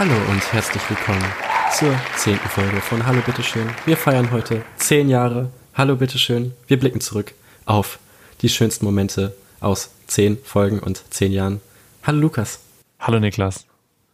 Hallo und herzlich willkommen zur 10. Folge von Hallo Bitteschön. Wir feiern heute 10 Jahre. Hallo Bitteschön. Wir blicken zurück auf die schönsten Momente aus 10 Folgen und 10 Jahren. Hallo Lukas. Hallo Niklas.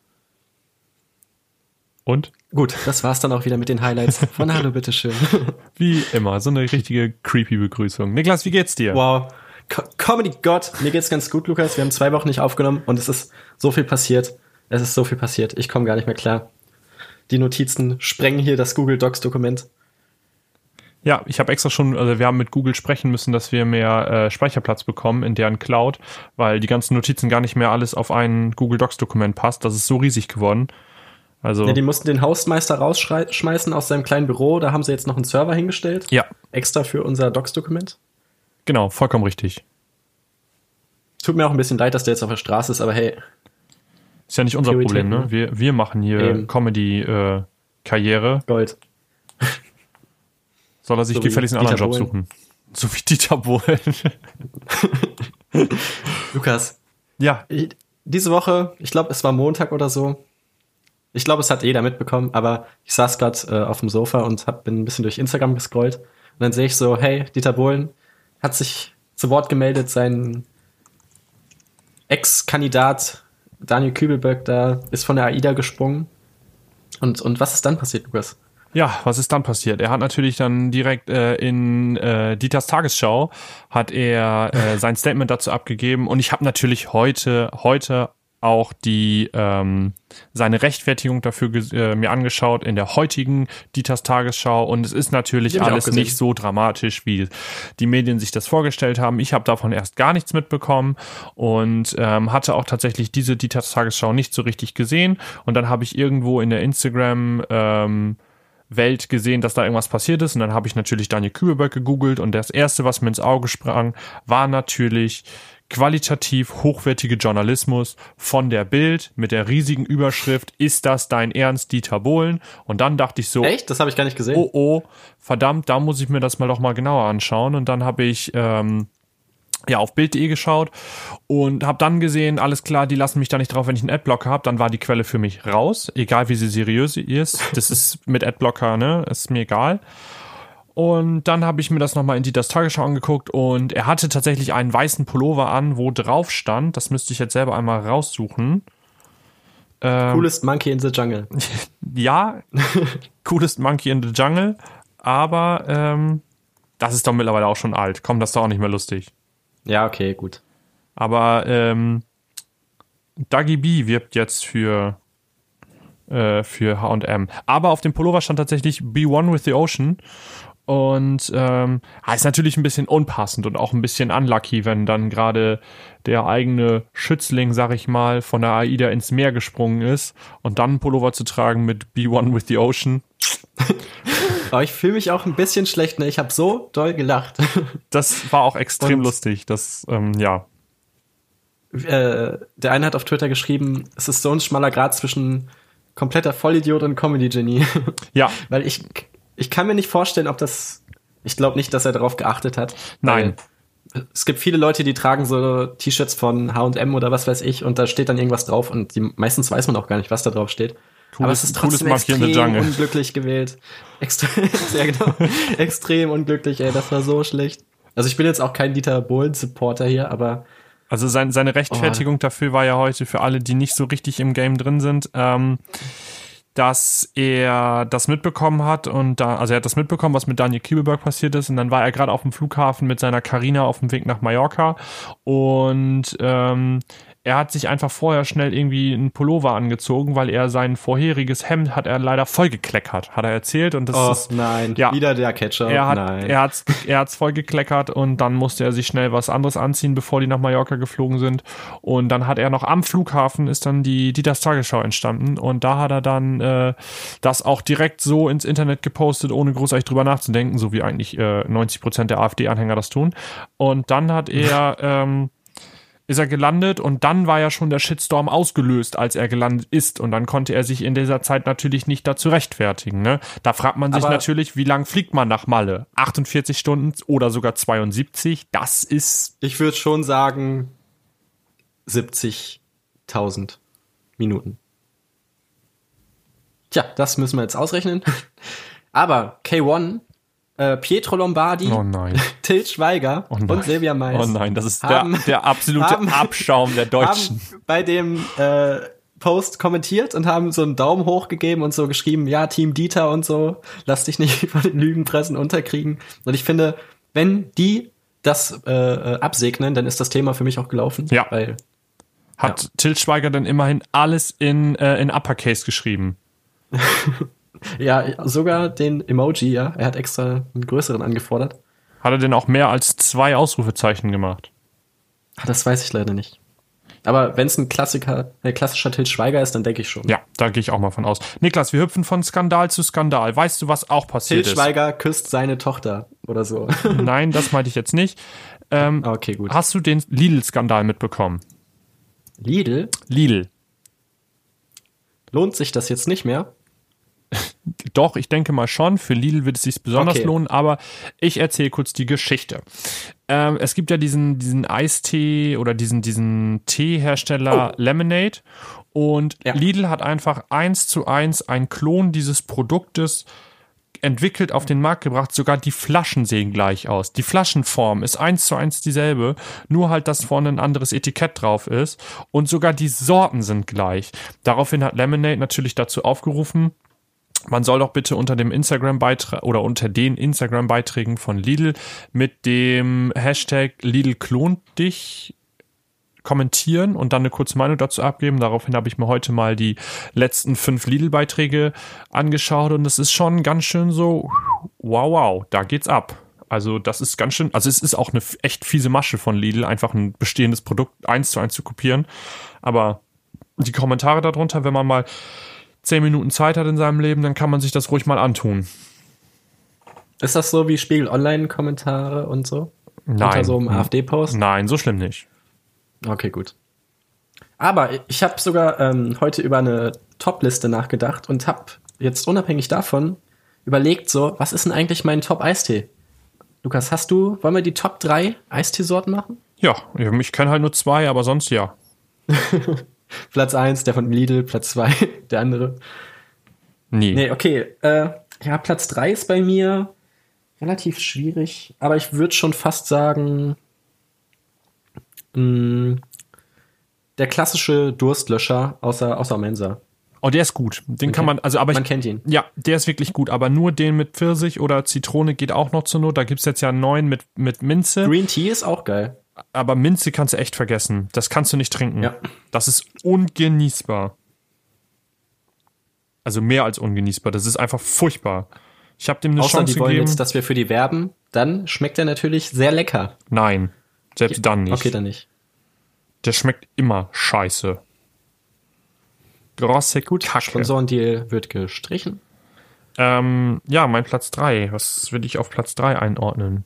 Und? Gut, das war's dann auch wieder mit den Highlights von Hallo Bitteschön. Wie immer, so eine richtige creepy Begrüßung. Niklas, wie geht's dir? Wow. Comedy Gott. Mir geht's ganz gut, Lukas. Wir haben 2 Wochen nicht aufgenommen und es ist so viel passiert. Es ist so viel passiert. Ich komme gar nicht mehr klar. Die Notizen sprengen hier das Google Docs Dokument. Ja, ich habe extra schon, also wir haben mit Google sprechen müssen, dass wir mehr Speicherplatz bekommen in deren Cloud, weil die ganzen Notizen gar nicht mehr alles auf ein Google Docs Dokument passt. Das ist so riesig geworden. Also ja, die mussten den Hausmeister rausschmeißen aus seinem kleinen Büro. Da haben sie jetzt noch einen Server hingestellt. Ja. Extra für unser Docs-Dokument. Genau, vollkommen richtig. Tut mir auch ein bisschen leid, dass der jetzt auf der Straße ist, aber hey. Ist ja nicht unser Problem, ne? Wir machen hier Comedy-Karriere. Gold. Soll er sich gefälligst einen anderen Job suchen. So wie Dieter Bohlen. Lukas. Ja. Diese Woche, ich glaube, es war Montag oder so. Ich glaube, es hat jeder mitbekommen, aber ich saß gerade auf dem Sofa und bin ein bisschen durch Instagram gescrollt. Und dann sehe ich so, hey, Dieter Bohlen hat sich zu Wort gemeldet, sein Ex-Kandidat Daniel Kübelberg da ist von der AIDA gesprungen. Und was ist dann passiert, Lukas? Ja, was ist dann passiert? Er hat natürlich dann direkt in Dieters Tagesschau hat er sein Statement dazu abgegeben und ich habe natürlich heute auch die seine Rechtfertigung dafür mir angeschaut in der heutigen Dieters Tagesschau und es ist natürlich alles nicht so dramatisch, wie die Medien sich das vorgestellt haben. Ich habe davon erst gar nichts mitbekommen und hatte auch tatsächlich diese Dieters Tagesschau nicht so richtig gesehen und dann habe ich irgendwo in der Instagram Welt gesehen, dass da irgendwas passiert ist und dann habe ich natürlich Daniel Kübelberg gegoogelt und das erste, was mir ins Auge sprang, war natürlich qualitativ hochwertige Journalismus von der Bild mit der riesigen Überschrift, ist das dein Ernst, Dieter Bohlen? Und dann dachte ich so, echt? Das habe ich gar nicht gesehen. Oh, verdammt, da muss ich mir das mal doch mal genauer anschauen und dann habe ich auf Bild.de geschaut und habe dann gesehen, alles klar, die lassen mich da nicht drauf, wenn ich einen Adblocker habe, dann war die Quelle für mich raus, egal wie sie seriös ist, das ist mit Adblocker, ne, ist mir egal. Und dann habe ich mir das nochmal in Dieters Tagesschau angeguckt und er hatte tatsächlich einen weißen Pullover an, wo drauf stand, das müsste ich jetzt selber einmal raussuchen. Coolest Monkey in the Jungle. Ja, coolest Monkey in the Jungle, aber das ist doch mittlerweile auch schon alt, komm, das ist doch auch nicht mehr lustig. Ja, okay, gut. Aber Dagi B wirbt jetzt für H&M. Aber auf dem Pullover stand tatsächlich Be One with the Ocean. Und ist natürlich ein bisschen unpassend und auch ein bisschen unlucky, wenn dann gerade der eigene Schützling, sag ich mal, von der AIDA ins Meer gesprungen ist und dann einen Pullover zu tragen mit Be One with the Ocean. Aber ich fühle mich auch ein bisschen schlecht, ne? Ich habe so doll gelacht. Das war auch extrem lustig. Das, Der eine hat auf Twitter geschrieben, es ist so ein schmaler Grat zwischen kompletter Vollidiot und Comedy-Genie. Ja. Weil ich kann mir nicht vorstellen, ich glaube nicht, dass er darauf geachtet hat. Nein. Es gibt viele Leute, die tragen so T-Shirts von H&M oder was weiß ich und da steht dann irgendwas drauf und meistens weiß man auch gar nicht, was da drauf steht. Aber es ist trotzdem extrem unglücklich gewählt. Ja, genau. Extrem unglücklich, ey, das war so schlecht. Also ich bin jetzt auch kein Dieter Bohlen-Supporter hier, aber also seine Rechtfertigung dafür war ja heute für alle, die nicht so richtig im Game drin sind, dass er das mitbekommen hat und er hat das mitbekommen, was mit Daniel Kübelberg passiert ist und dann war er gerade auf dem Flughafen mit seiner Carina auf dem Weg nach Mallorca und er hat sich einfach vorher schnell irgendwie einen Pullover angezogen, weil er sein vorheriges Hemd hat er leider vollgekleckert, hat er erzählt. Und das ist, nein, ja, wieder der Ketchup. Er hat's vollgekleckert und dann musste er sich schnell was anderes anziehen, bevor die nach Mallorca geflogen sind. Und dann hat er noch am Flughafen ist dann die Dieters Tagesschau entstanden und da hat er dann das auch direkt so ins Internet gepostet, ohne großartig drüber nachzudenken, so wie eigentlich 90% der AfD-Anhänger das tun. Und dann hat er ist er gelandet und dann war ja schon der Shitstorm ausgelöst, als er gelandet ist und dann konnte er sich in dieser Zeit natürlich nicht dazu rechtfertigen. Ne? Da fragt man sich natürlich, wie lang fliegt man nach Malle? 48 Stunden oder sogar 72? Das ist... Ich würde schon sagen 70.000 Minuten. Tja, das müssen wir jetzt ausrechnen. Aber K1, Pietro Lombardi, Til Schweiger und Silvia Mais. Oh nein, das ist der absolute Abschaum der Deutschen. Haben bei dem Post kommentiert und haben so einen Daumen hoch gegeben und so geschrieben, ja, Team Dieter und so, lass dich nicht von den Lügenpressen unterkriegen. Und ich finde, wenn die das absegnen, dann ist das Thema für mich auch gelaufen. Ja. Hat Til Schweiger dann immerhin alles in Uppercase geschrieben. Ja, sogar den Emoji, ja. Er hat extra einen größeren angefordert. Hat er denn auch mehr als 2 Ausrufezeichen gemacht? Das weiß ich leider nicht. Aber wenn es ein klassischer Til Schweiger ist, dann denke ich schon. Ja, da gehe ich auch mal von aus. Niklas, wir hüpfen von Skandal zu Skandal. Weißt du, was auch passiert ist? Til Schweiger küsst seine Tochter oder so. Nein, das meinte ich jetzt nicht. Okay, gut. Hast du den Lidl-Skandal mitbekommen? Lidl? Lohnt sich das jetzt nicht mehr? Doch, ich denke mal schon. Für Lidl wird es sich besonders lohnen, aber ich erzähle kurz die Geschichte. Es gibt ja diesen Eistee oder diesen Teehersteller Lemonade und Lidl hat einfach 1:1 einen Klon dieses Produktes entwickelt, auf den Markt gebracht. Sogar die Flaschen sehen gleich aus. Die Flaschenform ist 1:1 dieselbe, nur halt, dass vorne ein anderes Etikett drauf ist und sogar die Sorten sind gleich. Daraufhin hat Lemonade natürlich dazu aufgerufen, man soll doch bitte unter dem Instagram-Beitrag oder unter den Instagram-Beiträgen von Lidl mit dem Hashtag Lidl klont dich kommentieren und dann eine kurze Meinung dazu abgeben. Daraufhin habe ich mir heute mal die letzten 5 Lidl-Beiträge angeschaut und es ist schon ganz schön so, wow, da geht's ab. Also das ist ganz schön, also es ist auch eine echt fiese Masche von Lidl, einfach ein bestehendes Produkt 1:1 zu kopieren. Aber die Kommentare darunter, wenn man mal 10 Minuten Zeit hat in seinem Leben, dann kann man sich das ruhig mal antun. Ist das so wie Spiegel Online-Kommentare und so? Nein. Unter so einem AfD-Post? Nein, so schlimm nicht. Okay, gut. Aber ich habe sogar heute über eine Top-Liste nachgedacht und habe jetzt unabhängig davon überlegt, so, was ist denn eigentlich mein Top-Eistee? Lukas, wollen wir die Top 3 Eisteesorten machen? Ja, ich kenne halt nur 2, aber sonst ja. Platz 1, der von Lidl, Platz 2, der andere. Nee, okay. Platz 3 ist bei mir relativ schwierig, aber ich würde schon fast sagen, der klassische Durstlöscher außer Mensa. Oh, der ist gut. Den kann man, also aber man kennt ihn. Ja, der ist wirklich gut, aber nur den mit Pfirsich oder Zitrone geht auch noch zur Not. Da gibt's jetzt ja einen neuen mit Minze. Green Tea ist auch geil. Aber Minze kannst du echt vergessen. Das kannst du nicht trinken. Ja. Das ist ungenießbar. Also mehr als ungenießbar. Das ist einfach furchtbar. Ich habe dem eine Chance gegeben. Wollen jetzt, dass wir für die werben, dann schmeckt er natürlich sehr lecker. Nein, selbst dann nicht. Okay, dann nicht. Der schmeckt immer scheiße. Grosse Kacke. Sponsorendeal wird gestrichen. Ja, mein Platz 3. Was will ich auf Platz 3 einordnen?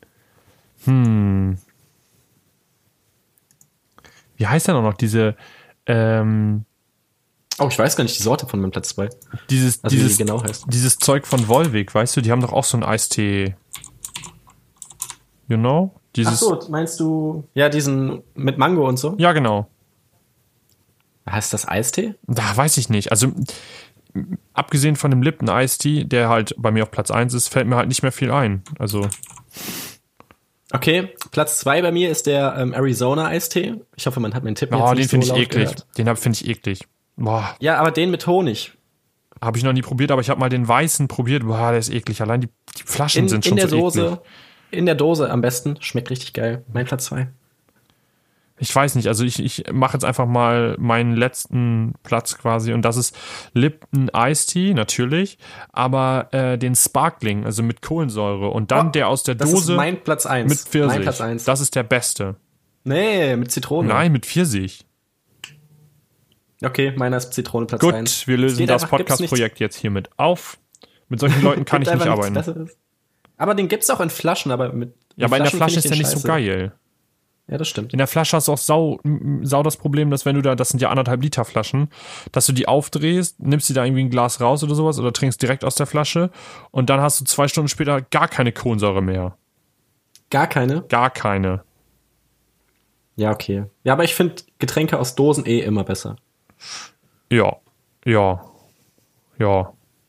Wie heißt denn auch noch diese ich weiß gar nicht die Sorte von meinem Platz 2. Wie die genau heißt. Dieses Zeug von Volvic, weißt du, die haben doch auch so einen Eistee. You know? Ach so, meinst du, ja, diesen mit Mango und so? Ja, genau. Heißt das Eistee? Da weiß ich nicht. Also, abgesehen von dem Lipton Eistee, der halt bei mir auf Platz 1 ist, fällt mir halt nicht mehr viel ein. Also. Okay, Platz 2 bei mir ist der Arizona Eistee. Ich hoffe, man hat meinen Tipp jetzt nicht den finde ich eklig. Gehört. Den finde ich eklig. Boah. Ja, aber den mit Honig. Habe ich noch nie probiert, aber ich habe mal den weißen probiert. Boah, der ist eklig. Allein die Flaschen sind schon so eklig. In der Dose am besten. Schmeckt richtig geil. Mein Platz 2. Ich weiß nicht, also ich mache jetzt einfach mal meinen letzten Platz quasi und das ist Lipton Iced Tea, natürlich, aber den Sparkling, also mit Kohlensäure und dann der aus der Dose. Das ist mein Platz 1. Mit Pfirsich. Mein Platz 1. Das ist der beste. Nee, mit Zitrone. Nein, mit Pfirsich. Okay, meiner ist Zitrone Platz 1. Gut, wir lösen das Podcast-Projekt jetzt hiermit auf. Mit solchen Leuten kann ich nicht arbeiten. Aber den gibt's auch in Flaschen, aber mit ja, aber in der Flasche ist der nicht so geil. Ja, das stimmt. In der Flasche hast du auch sau das Problem, dass wenn du das sind ja 1,5 Liter Flaschen, dass du die aufdrehst, nimmst die da irgendwie ein Glas raus oder sowas oder trinkst direkt aus der Flasche und dann hast du 2 Stunden später gar keine Kohlensäure mehr. Gar keine? Gar keine. Ja, okay. Ja, aber ich finde Getränke aus Dosen immer besser. Ja.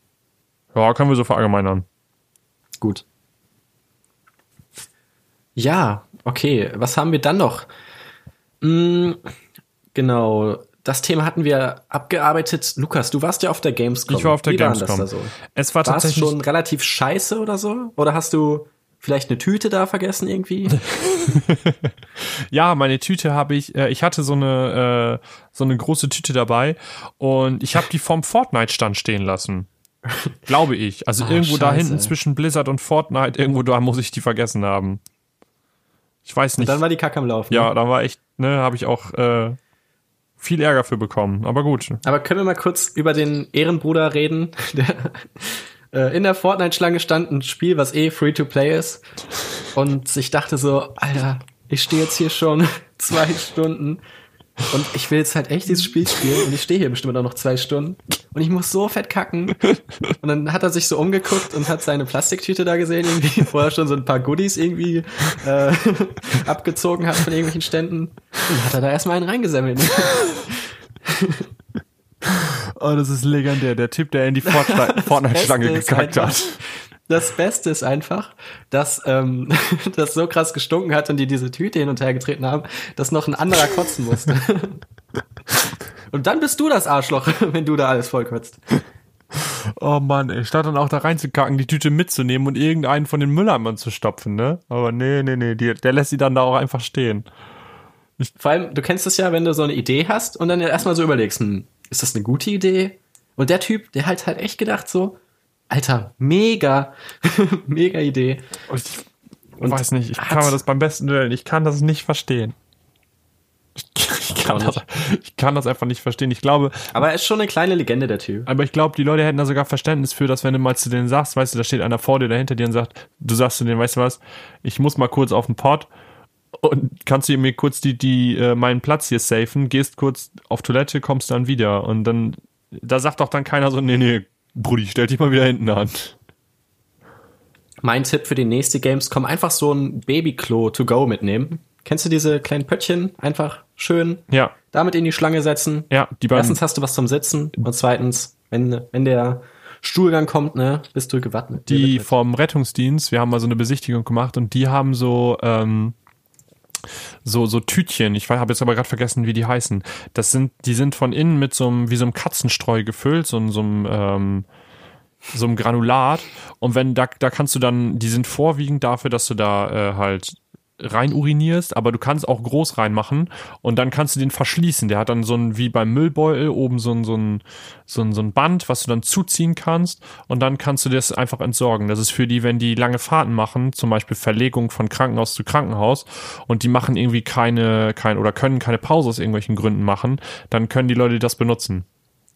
Ja, können wir so verallgemeinern. Gut. Ja, okay. Was haben wir dann noch? Genau. Das Thema hatten wir abgearbeitet. Lukas, du warst ja auf der Gamescom. Ich war auf der Gamescom. War das da so? Es war tatsächlich schon relativ scheiße oder so? Oder hast du vielleicht eine Tüte da vergessen irgendwie? Ja, meine Tüte habe ich hatte so eine große Tüte dabei und ich habe die vorm Fortnite-Stand stehen lassen. Glaube ich. Also irgendwo da hinten zwischen Blizzard und Fortnite, irgendwo da muss ich die vergessen haben. Ich weiß nicht. Und dann war die Kacke am Laufen. Ja, da war echt, habe ich auch viel Ärger für bekommen, aber gut. Aber können wir mal kurz über den Ehrenbruder reden, der in der Fortnite-Schlange stand, ein Spiel, was Free-to-Play ist. Und ich dachte so, Alter, ich stehe jetzt hier schon 2 Stunden und ich will jetzt halt echt dieses Spiel spielen und ich stehe hier bestimmt auch noch 2 Stunden und ich muss so fett kacken. Und dann hat er sich so umgeguckt und hat seine Plastiktüte da gesehen, irgendwie, wo er schon so ein paar Goodies irgendwie abgezogen hat von irgendwelchen Ständen. Und hat er da erstmal einen reingesammelt. Oh, das ist legendär. Der Typ, der in die Fortnite-Schlange gekackt hat. Das Beste ist einfach, dass das so krass gestunken hat und die diese Tüte hin und her getreten haben, dass noch ein anderer kotzen musste. Und dann bist du das Arschloch, wenn du da alles vollkotzt. Oh Mann, ey, statt dann auch da reinzukacken, die Tüte mitzunehmen und irgendeinen von den Mülleimern zu stopfen, ne? Aber nee, der lässt sie dann da auch einfach stehen. Vor allem, du kennst es ja, wenn du so eine Idee hast und dann erstmal so überlegst, ist das eine gute Idee? Und der Typ, der hat halt echt gedacht so, Alter, mega Idee. Und weiß nicht, ich kann mir das beim besten Willen, ich kann das nicht verstehen. Ich kann das einfach nicht verstehen. Ich glaube. Aber er ist schon eine kleine Legende, der Typ. Aber ich glaube, die Leute hätten da sogar Verständnis für, dass wenn du mal zu denen sagst, weißt du, da steht einer vor dir, der hinter dir und sagt, du sagst zu denen, weißt du was, ich muss mal kurz auf den Pod und kannst du mir kurz meinen Platz hier safen, gehst kurz auf Toilette, kommst dann wieder und dann, da sagt doch dann keiner so, nee, Brudi, stell dich mal wieder hinten an. Mein Tipp für die nächste Gamescom, einfach so ein Babyklo to go mitnehmen. Kennst du diese kleinen Pöttchen? Einfach schön damit in die Schlange setzen. Ja, erstens hast du was zum Sitzen und zweitens, wenn der Stuhlgang kommt, ne, bist du gewappnet. Die vom Rettungsdienst, wir haben mal so eine Besichtigung gemacht und die haben so Tütchen, ich habe jetzt aber gerade vergessen, wie die heißen. Die sind von innen mit so einem Katzenstreu gefüllt, so einem Granulat. Und wenn da kannst du dann, die sind vorwiegend dafür, dass du da halt rein urinierst, aber du kannst auch groß reinmachen und dann kannst du den verschließen. Der hat dann wie beim Müllbeutel oben so ein Band, was du dann zuziehen kannst und dann kannst du das einfach entsorgen. Das ist für die, wenn die lange Fahrten machen, zum Beispiel Verlegung von Krankenhaus zu Krankenhaus und die machen irgendwie können keine Pause aus irgendwelchen Gründen machen, dann können die Leute das benutzen.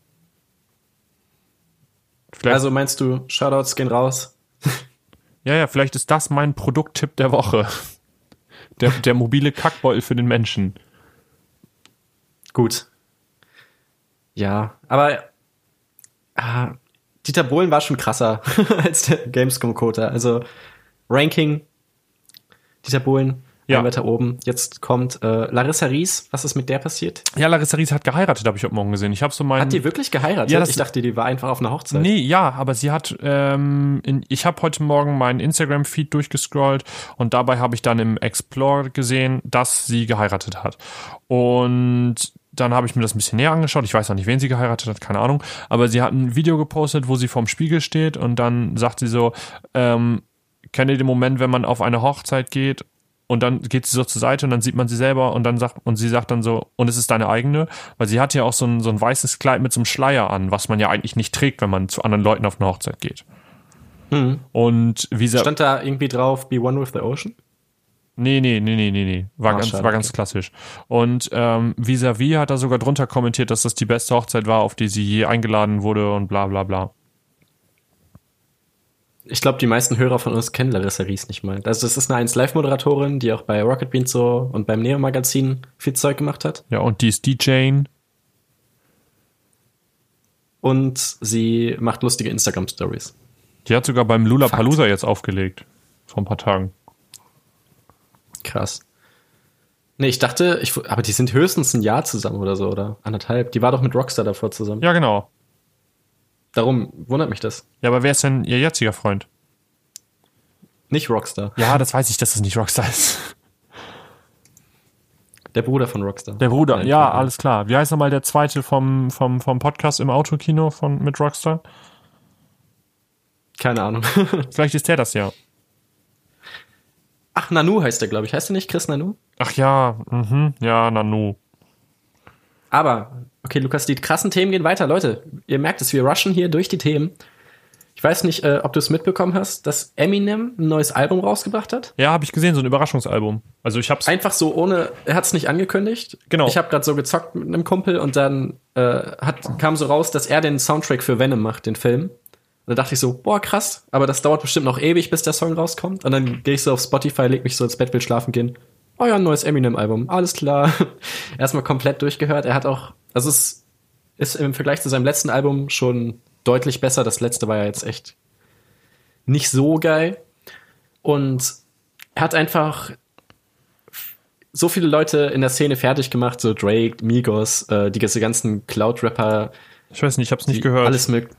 Also meinst du, Shoutouts gehen raus? Ja, vielleicht ist das mein Produkttipp der Woche. Der mobile Kackbeutel für den Menschen. Gut. Ja, aber Dieter Bohlen war schon krasser als der Gamescom-Coder. Also Ranking, Dieter Bohlen, ein weiter oben. Jetzt kommt Larissa Ries. Was ist mit der passiert? Ja, Larissa Ries hat geheiratet, habe ich heute Morgen gesehen. Hat die wirklich geheiratet? Ja, ich dachte, die war einfach auf einer Hochzeit. Nee, ja, aber sie hat, ich habe heute Morgen meinen Instagram-Feed durchgescrollt und dabei habe ich dann im Explore gesehen, dass sie geheiratet hat. Und dann habe ich mir das ein bisschen näher angeschaut. Ich weiß noch nicht, wen sie geheiratet hat, keine Ahnung. Aber sie hat ein Video gepostet, wo sie vorm Spiegel steht und dann sagt sie so, kennt ihr den Moment, wenn man auf eine Hochzeit geht und dann geht sie so zur Seite und dann sieht man sie selber und sie sagt dann so, und es ist deine eigene, weil sie hat ja auch so ein weißes Kleid mit so einem Schleier an, was man ja eigentlich nicht trägt, wenn man zu anderen Leuten auf eine Hochzeit geht. Und stand da irgendwie drauf, be one with the ocean? Nee. War ganz klassisch. Und Vis-a-vis hat da sogar drunter kommentiert, dass das die beste Hochzeit war, auf die sie je eingeladen wurde und bla bla bla. Ich glaube, die meisten Hörer von uns kennen Larissa Ries nicht mal. Also das ist eine 1Live-Moderatorin, die auch bei Rocket Beans so und beim Neo-Magazin viel Zeug gemacht hat. Ja, und die ist DJ. Und sie macht lustige Instagram-Stories. Die hat sogar beim Lollapalooza jetzt aufgelegt. Vor ein paar Tagen. Krass. Nee, ich dachte, aber die sind höchstens ein Jahr zusammen oder so, oder 1,5. Die war doch mit Rockstar davor zusammen. Ja, genau. Darum wundert mich das. Ja, aber wer ist denn ihr jetziger Freund? Nicht Rockstar. Ja, das weiß ich, dass es nicht Rockstar ist. Der Bruder von Rockstar. Der Bruder, ja, alles klar. Wie heißt nochmal der zweite vom Podcast im Autokino mit Rockstar? Keine Ahnung. Vielleicht ist der das ja. Ach, Nanu heißt der, glaube ich. Heißt der nicht Chris Nanu? Ach ja, ja, Nanu. Aber, okay, Lukas, die krassen Themen gehen weiter. Leute, ihr merkt es, wir rushen hier durch die Themen. Ich weiß nicht, ob du es mitbekommen hast, dass Eminem ein neues Album rausgebracht hat. Ja, habe ich gesehen, so ein Überraschungsalbum. Also ich hab's einfach so ohne, er hat es nicht angekündigt. Genau. Ich habe gerade so gezockt mit einem Kumpel und dann kam so raus, dass er den Soundtrack für Venom macht, den Film. Und da dachte ich so, boah, krass, aber das dauert bestimmt noch ewig, bis der Song rauskommt. Und dann gehe ich so auf Spotify, leg mich so ins Bett, will schlafen gehen. Oh ja, ein neues Eminem-Album, alles klar. Erstmal komplett durchgehört. Er hat auch, also es ist im Vergleich zu seinem letzten Album schon deutlich besser. Das letzte war ja jetzt echt nicht so geil. Und er hat einfach so viele Leute in der Szene fertig gemacht, so Drake, Migos, diese ganzen Cloud-Rapper. Ich weiß nicht, ich hab's nicht gehört. Alles möglich.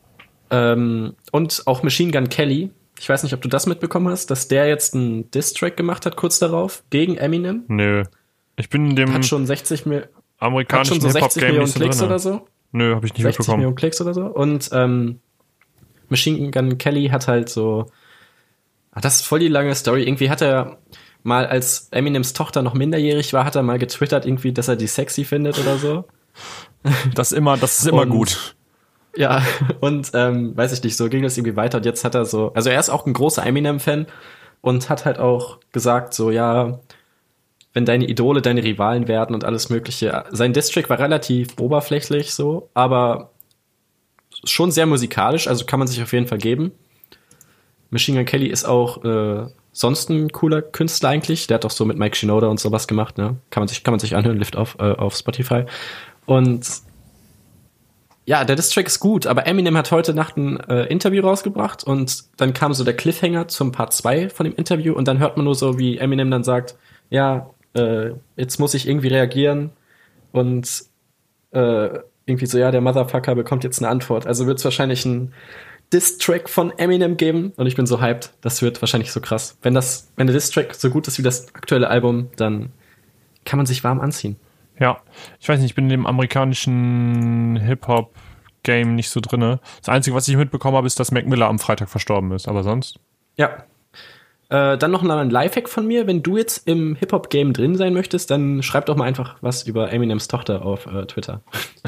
Und auch Machine Gun Kelly. Ich weiß nicht, ob du das mitbekommen hast, dass der jetzt einen Diss-Track gemacht hat, kurz darauf, gegen Eminem. Nö. Ich bin in dem hat schon 60 amerikanischen so 60 Hip-Hop-Game Millionen Klicks oder so. Nö, hab ich nicht 60 mitbekommen. Millionen Klicks oder so. Und Machine Gun Kelly hat halt so, das ist voll die lange Story. Irgendwie hat er mal, als Eminems Tochter noch minderjährig war, hat er mal getwittert irgendwie, dass er die sexy findet oder so. Das ist immer gut. Ja, und weiß ich nicht, so ging das irgendwie weiter. Und jetzt hat er so, also er ist auch ein großer Eminem-Fan und hat halt auch gesagt, so, ja, wenn deine Idole deine Rivalen werden und alles Mögliche. Sein Diss-Track war relativ oberflächlich so, aber schon sehr musikalisch, also kann man sich auf jeden Fall geben. Machine Gun Kelly ist auch sonst ein cooler Künstler eigentlich. Der hat doch so mit Mike Shinoda und sowas gemacht, ne? Kann man sich anhören, Lift auf Spotify. Und ja, der Diss-Track ist gut, aber Eminem hat heute Nacht ein Interview rausgebracht und dann kam so der Cliffhanger zum Part 2 von dem Interview und dann hört man nur so, wie Eminem dann sagt, ja, jetzt muss ich irgendwie reagieren und irgendwie so, ja, der Motherfucker bekommt jetzt eine Antwort. Also wird es wahrscheinlich ein Diss-Track von Eminem geben und ich bin so hyped. Das wird wahrscheinlich so krass. Wenn der Diss-Track so gut ist wie das aktuelle Album, dann kann man sich warm anziehen. Ja, ich weiß nicht, ich bin in dem amerikanischen Hip-Hop-Game nicht so drinne. Das Einzige, was ich mitbekommen habe, ist, dass Mac Miller am Freitag verstorben ist, aber sonst? Ja. Dann noch ein Lifehack von mir. Wenn du jetzt im Hip-Hop-Game drin sein möchtest, dann schreib doch mal einfach was über Eminems Tochter auf Twitter.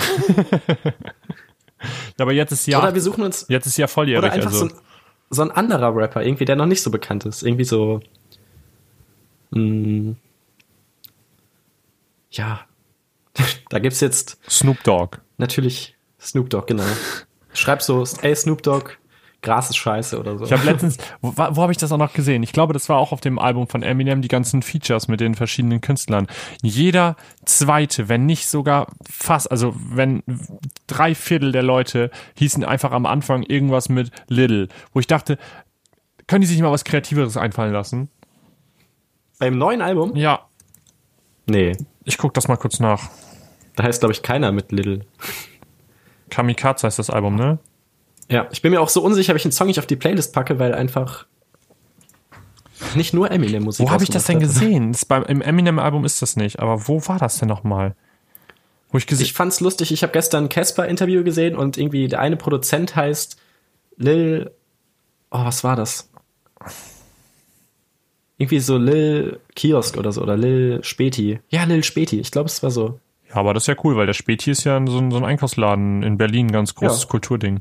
Ja, aber jetzt ist ja. Oder wir suchen uns. Jetzt ist ja volljährig. Oder einfach also. so ein anderer Rapper, irgendwie, der noch nicht so bekannt ist. Irgendwie so. Ja. Da gibt's jetzt. Snoop Dogg. Natürlich Snoop Dogg, genau. Schreib so, ey Snoop Dogg, Gras ist scheiße oder so. Ich habe letztens, wo habe ich das auch noch gesehen? Ich glaube, das war auch auf dem Album von Eminem, die ganzen Features mit den verschiedenen Künstlern. Jeder zweite, wenn nicht sogar fast, also wenn 3/4 der Leute hießen einfach am Anfang irgendwas mit Little, wo ich dachte, können die sich mal was Kreativeres einfallen lassen? Beim neuen Album? Ja. Nee. Ich guck das mal kurz nach. Da heißt, glaube ich, keiner mit Little. Kamikaze heißt das Album, ne? Ja, ich bin mir auch so unsicher, ob ich einen Song nicht auf die Playlist packe, weil einfach nicht nur Eminem-Musik. Wo habe ich das denn gesehen? Im Eminem-Album ist das nicht, aber wo war das denn nochmal? Ich fand's lustig, ich habe gestern ein Casper-Interview gesehen und irgendwie der eine Produzent heißt Lil... Oh, was war das? Irgendwie so Lil Kiosk oder so, oder Lil Späti. Ja, Lil Späti, ich glaube, es war so. Ja, aber das ist ja cool, weil der Späti ist ja so ein Einkaufsladen in Berlin, ganz großes Kulturding.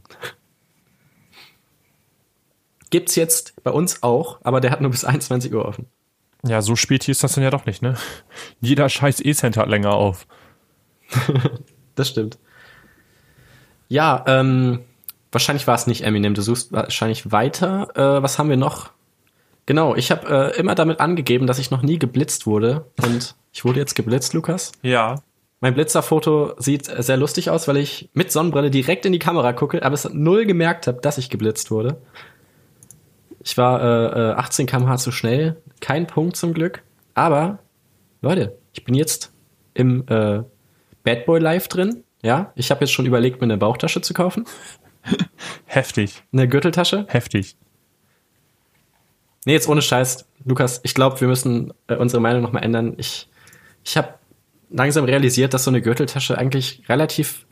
Gibt's jetzt bei uns auch, aber der hat nur bis 21 Uhr offen. Ja, so Späti ist das dann ja doch nicht, ne? Jeder scheiß E-Center hat länger auf. Das stimmt. Ja, wahrscheinlich war es nicht Eminem, du suchst wahrscheinlich weiter. Was haben wir noch? Genau, ich habe immer damit angegeben, dass ich noch nie geblitzt wurde. Und ich wurde jetzt geblitzt, Lukas. Ja. Mein Blitzerfoto sieht sehr lustig aus, weil ich mit Sonnenbrille direkt in die Kamera gucke, aber es null gemerkt habe, dass ich geblitzt wurde. Ich war 18 km/h zu schnell, kein Punkt zum Glück. Aber, Leute, ich bin jetzt im Bad Boy Live drin. Ja, ich habe jetzt schon überlegt, mir eine Bauchtasche zu kaufen. Heftig. Eine Gürteltasche? Heftig. Nee, jetzt ohne Scheiß. Lukas, ich glaube, wir müssen unsere Meinung nochmal ändern. Ich habe langsam realisiert, dass so eine Gürteltasche eigentlich relativ,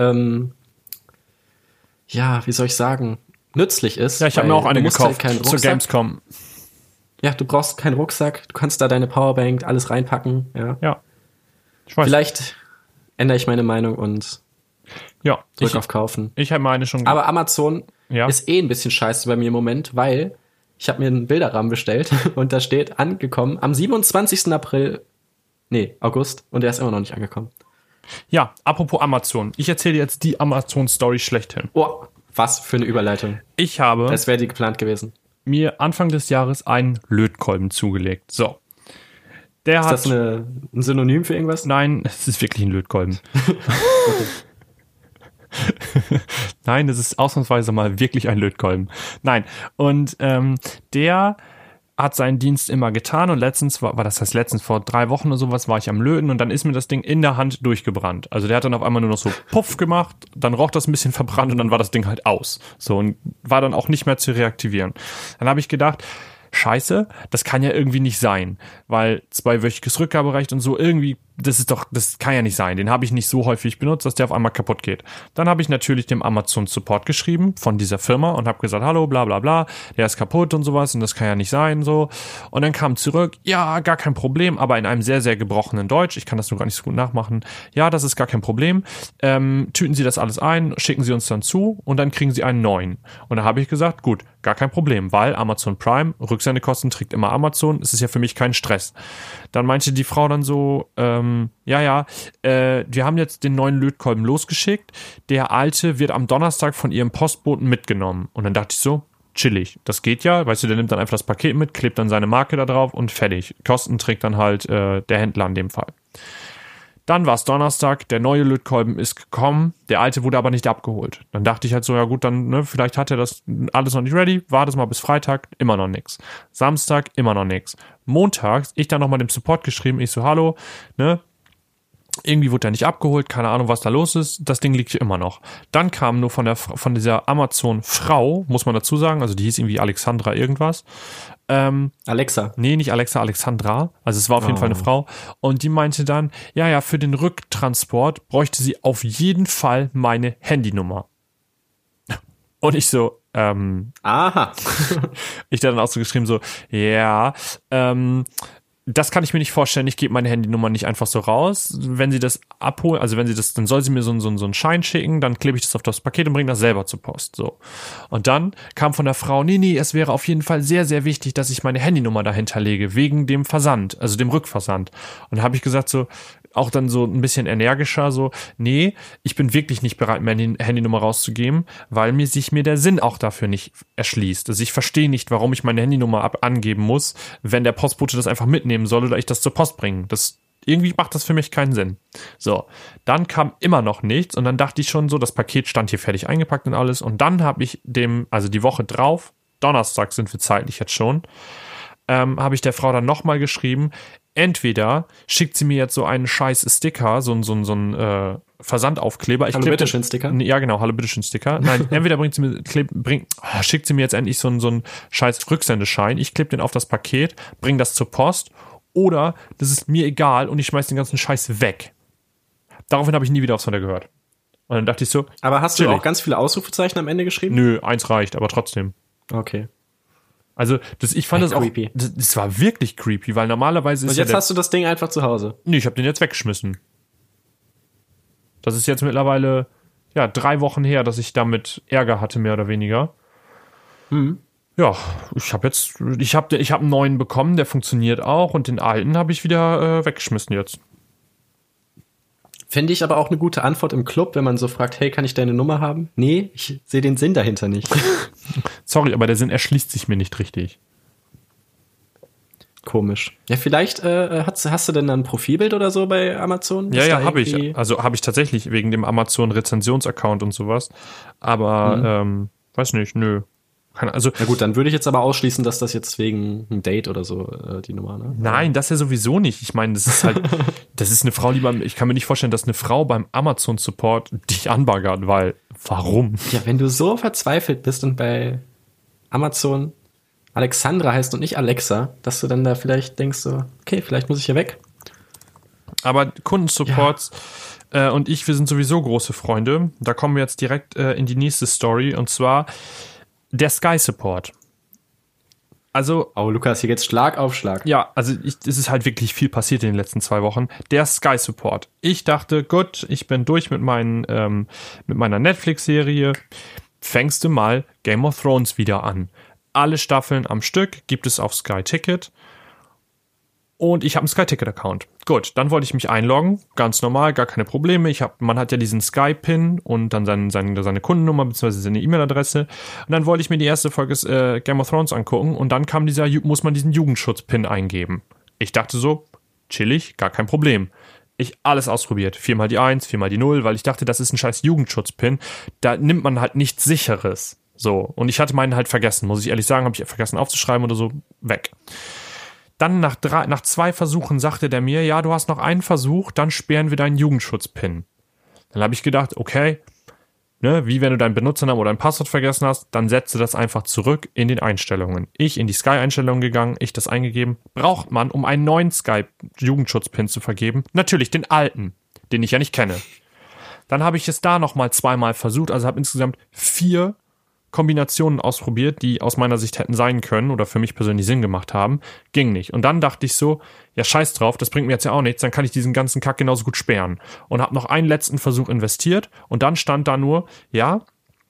wie soll ich sagen, nützlich ist. Ja, ich habe mir auch eine gekauft zur Gamescom. Ja, du brauchst keinen Rucksack, du kannst da deine Powerbank, alles reinpacken. Ja. Ich weiß. Vielleicht ändere ich meine Meinung und drück auf Kaufen. Ich habe meine schon. Aber Amazon ist ein bisschen scheiße bei mir im Moment, weil ich habe mir einen Bilderrahmen bestellt und da steht angekommen am 27. August und der ist immer noch nicht angekommen. Ja, apropos Amazon. Ich erzähle dir jetzt die Amazon-Story schlechthin. Oh, was für eine Überleitung. Das wäre die geplant gewesen. Mir Anfang des Jahres einen Lötkolben zugelegt. So. Ist das ein Synonym für irgendwas? Nein, es ist wirklich ein Lötkolben. Nein, es ist ausnahmsweise mal wirklich ein Lötkolben. Nein, und der hat seinen Dienst immer getan und letztens vor 3 Wochen oder sowas war ich am Löten und dann ist mir das Ding in der Hand durchgebrannt. Also der hat dann auf einmal nur noch so Puff gemacht, dann roch das ein bisschen verbrannt und dann war das Ding halt aus. So, und war dann auch nicht mehr zu reaktivieren. Dann habe ich gedacht, Scheiße, das kann ja irgendwie nicht sein, weil 2-wöchiges Rückgaberecht und so irgendwie, das kann ja nicht sein. Den habe ich nicht so häufig benutzt, dass der auf einmal kaputt geht. Dann habe ich natürlich dem Amazon Support geschrieben von dieser Firma und habe gesagt, hallo, bla bla bla, der ist kaputt und sowas und das kann ja nicht sein, so. Und dann kam zurück, ja, gar kein Problem, aber in einem sehr, sehr gebrochenen Deutsch, ich kann das nur gar nicht so gut nachmachen, ja, das ist gar kein Problem, tüten Sie das alles ein, schicken Sie uns dann zu und dann kriegen Sie einen neuen. Und da habe ich gesagt, gut, gar kein Problem, weil Amazon Prime, Rücksendekosten trägt immer Amazon, es ist ja für mich kein Stress. Dann meinte die Frau dann so, wir haben jetzt den neuen Lötkolben losgeschickt, der alte wird am Donnerstag von ihrem Postboten mitgenommen. Und dann dachte ich so, chillig, das geht ja, weißt du, der nimmt dann einfach das Paket mit, klebt dann seine Marke da drauf und fertig. Kosten trägt dann halt der Händler in dem Fall. Dann war es Donnerstag, der neue Lötkolben ist gekommen, der alte wurde aber nicht abgeholt. Dann dachte ich halt so, ja gut, dann vielleicht hat er das alles noch nicht ready, warte mal bis Freitag, immer noch nix. Samstag, immer noch nix. Montags, ich dann nochmal dem Support geschrieben, ich so, hallo, irgendwie wurde er nicht abgeholt, keine Ahnung, was da los ist, das Ding liegt hier immer noch. Dann kam nur von dieser Amazon-Frau, muss man dazu sagen, also die hieß irgendwie Alexandra irgendwas. Alexa? Nee, nicht Alexa, Alexandra. Also es war auf jeden Fall eine Frau. Und die meinte dann, ja, für den Rücktransport bräuchte sie auf jeden Fall meine Handynummer. Und ich so, aha. Ich dann auch so geschrieben so, das kann ich mir nicht vorstellen, ich gebe meine Handynummer nicht einfach so raus. Wenn sie das abholen, also dann soll sie mir so einen Schein schicken, dann klebe ich das auf das Paket und bringe das selber zur Post. So. Und dann kam von der Frau, nee, es wäre auf jeden Fall sehr, sehr wichtig, dass ich meine Handynummer dahinter lege, wegen dem Versand, also dem Rückversand. Und da habe ich gesagt so, auch dann so ein bisschen energischer, so, nee, ich bin wirklich nicht bereit, meine Handynummer rauszugeben, weil sich mir der Sinn auch dafür nicht erschließt. Also ich verstehe nicht, warum ich meine Handynummer angeben muss, wenn der Postbote das einfach mitnehmen soll oder ich das zur Post bringen. Irgendwie macht das für mich keinen Sinn. So, dann kam immer noch nichts und dann dachte ich schon so, das Paket stand hier fertig eingepackt und alles und dann habe ich die Woche drauf, Donnerstag sind wir zeitlich jetzt schon, habe ich der Frau dann nochmal geschrieben, entweder schickt sie mir jetzt so einen scheiß Sticker, so ein Versandaufkleber. Hallo bitteschön Sticker? Ja, genau, hallo bitteschön Sticker. Nein, entweder schickt sie mir jetzt endlich so einen scheiß Rücksendeschein, ich klebe den auf das Paket, bring das zur Post oder das ist mir egal und ich schmeiß den ganzen Scheiß weg. Daraufhin habe ich nie wieder was von der gehört. Und dann dachte ich so. Aber hast du auch ganz viele Ausrufezeichen am Ende geschrieben? Nö, 1 reicht, aber trotzdem. Okay. Also, ich fand das creepy. Auch, das war wirklich creepy, weil normalerweise ist und jetzt hast du das Ding einfach zu Hause? Nee, ich habe den jetzt weggeschmissen. Das ist jetzt mittlerweile, 3 Wochen her, dass ich damit Ärger hatte, mehr oder weniger. Ja, ich habe einen neuen bekommen, der funktioniert auch und den alten habe ich wieder weggeschmissen jetzt. Finde ich aber auch eine gute Antwort im Club, wenn man so fragt, hey, kann ich deine Nummer haben? Nee, ich sehe den Sinn dahinter nicht. Sorry, aber der Sinn erschließt sich mir nicht richtig. Komisch. Ja, vielleicht hast du denn ein Profilbild oder so bei Amazon? Ja, habe ich. Also habe ich tatsächlich wegen dem Amazon-Rezensions-Account und sowas. Aber, weiß nicht, nö. Also, na gut, dann würde ich jetzt aber ausschließen, dass das jetzt wegen einem Date oder so die Nummer, ne? Nein, das ja sowieso nicht. Ich meine, das ist halt, das ist eine Frau, ich kann mir nicht vorstellen, dass eine Frau beim Amazon-Support dich anbaggert, weil Warum? Ja, wenn du so verzweifelt bist und bei Amazon Alexandra heißt und nicht Alexa, dass du dann da vielleicht denkst so, okay, vielleicht muss ich hier weg. Aber Kundensupports und ich, wir sind sowieso große Freunde. Da kommen wir jetzt direkt in die nächste Story, und zwar der Sky Support. Also, oh, Lukas, hier geht's Schlag auf Schlag. Ja, also es ist halt wirklich viel passiert in den letzten 2 Wochen. Der Sky Support. Ich dachte, gut, ich bin durch mit meiner Netflix-Serie. Fängst du mal Game of Thrones wieder an. Alle Staffeln am Stück gibt es auf Sky Ticket. Und ich habe einen Sky Ticket-Account. Gut, dann wollte ich mich einloggen. Ganz normal, gar keine Probleme. Man hat ja diesen Sky-Pin und dann seine Kundennummer bzw. seine E-Mail-Adresse. Und dann wollte ich mir die erste Folge Game of Thrones angucken. Und dann muss man diesen Jugendschutz-Pin eingeben. Ich dachte so, chillig, gar kein Problem. Ich alles ausprobiert. 4-mal die 1, 4-mal die 0, weil ich dachte, das ist ein scheiß Jugendschutz-Pin. Da nimmt man halt nichts Sicheres. So, und ich hatte meinen halt vergessen. Muss ich ehrlich sagen, habe ich vergessen aufzuschreiben oder so. Weg. Dann nach 2 Versuchen sagte der mir, ja, du hast noch einen Versuch, dann sperren wir deinen Jugendschutz-Pin. Dann habe ich gedacht, okay, ne, wie wenn du deinen Benutzernamen oder dein Passwort vergessen hast, dann setze das einfach zurück in den Einstellungen. Ich in die Sky-Einstellungen gegangen, ich das eingegeben. Braucht man, um einen neuen Sky-Jugendschutz-Pin zu vergeben? Natürlich den alten, den ich ja nicht kenne. Dann habe ich es da nochmal 2-mal versucht, also habe insgesamt 4 Kombinationen ausprobiert, die aus meiner Sicht hätten sein können oder für mich persönlich Sinn gemacht haben. Ging nicht. Und dann dachte ich so, ja scheiß drauf, das bringt mir jetzt ja auch nichts, dann kann ich diesen ganzen Kack genauso gut sperren. Und habe noch einen letzten Versuch investiert und dann stand da nur, ja,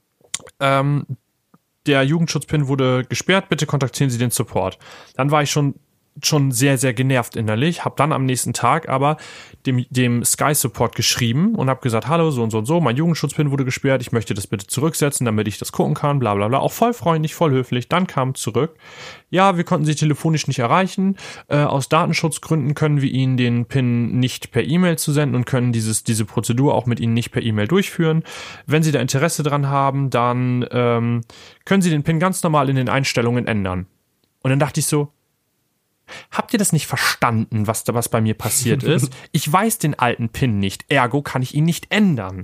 der Jugendschutzpin wurde gesperrt, bitte kontaktieren Sie den Support. Dann war ich schon sehr, sehr genervt innerlich, habe dann am nächsten Tag aber dem Sky Support geschrieben und habe gesagt, hallo, so und so und so, mein Jugendschutzpin wurde gesperrt, ich möchte das bitte zurücksetzen, damit ich das gucken kann, bla bla bla, auch voll freundlich, voll höflich. Dann kam zurück, ja, wir konnten Sie telefonisch nicht erreichen, aus Datenschutzgründen können wir Ihnen den Pin nicht per E-Mail zusenden und können diese Prozedur auch mit Ihnen nicht per E-Mail durchführen. Wenn Sie da Interesse dran haben, dann können Sie den Pin ganz normal in den Einstellungen ändern. Und dann dachte ich so, habt ihr das nicht verstanden, was bei mir passiert ist? Ich weiß den alten Pin nicht, ergo kann ich ihn nicht ändern.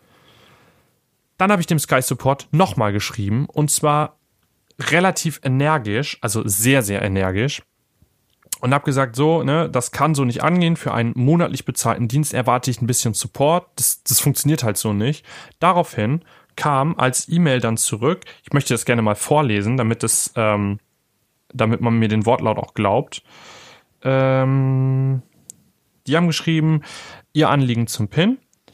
Dann habe ich dem Sky Support nochmal geschrieben, und zwar relativ energisch, also sehr, sehr energisch, und habe gesagt, so, ne, das kann so nicht angehen, für einen monatlich bezahlten Dienst erwarte ich ein bisschen Support, das funktioniert halt so nicht. Daraufhin kam als E-Mail dann zurück, ich möchte das gerne mal vorlesen, damit man mir den Wortlaut auch glaubt. Die haben geschrieben, Ihr Anliegen zum PIN.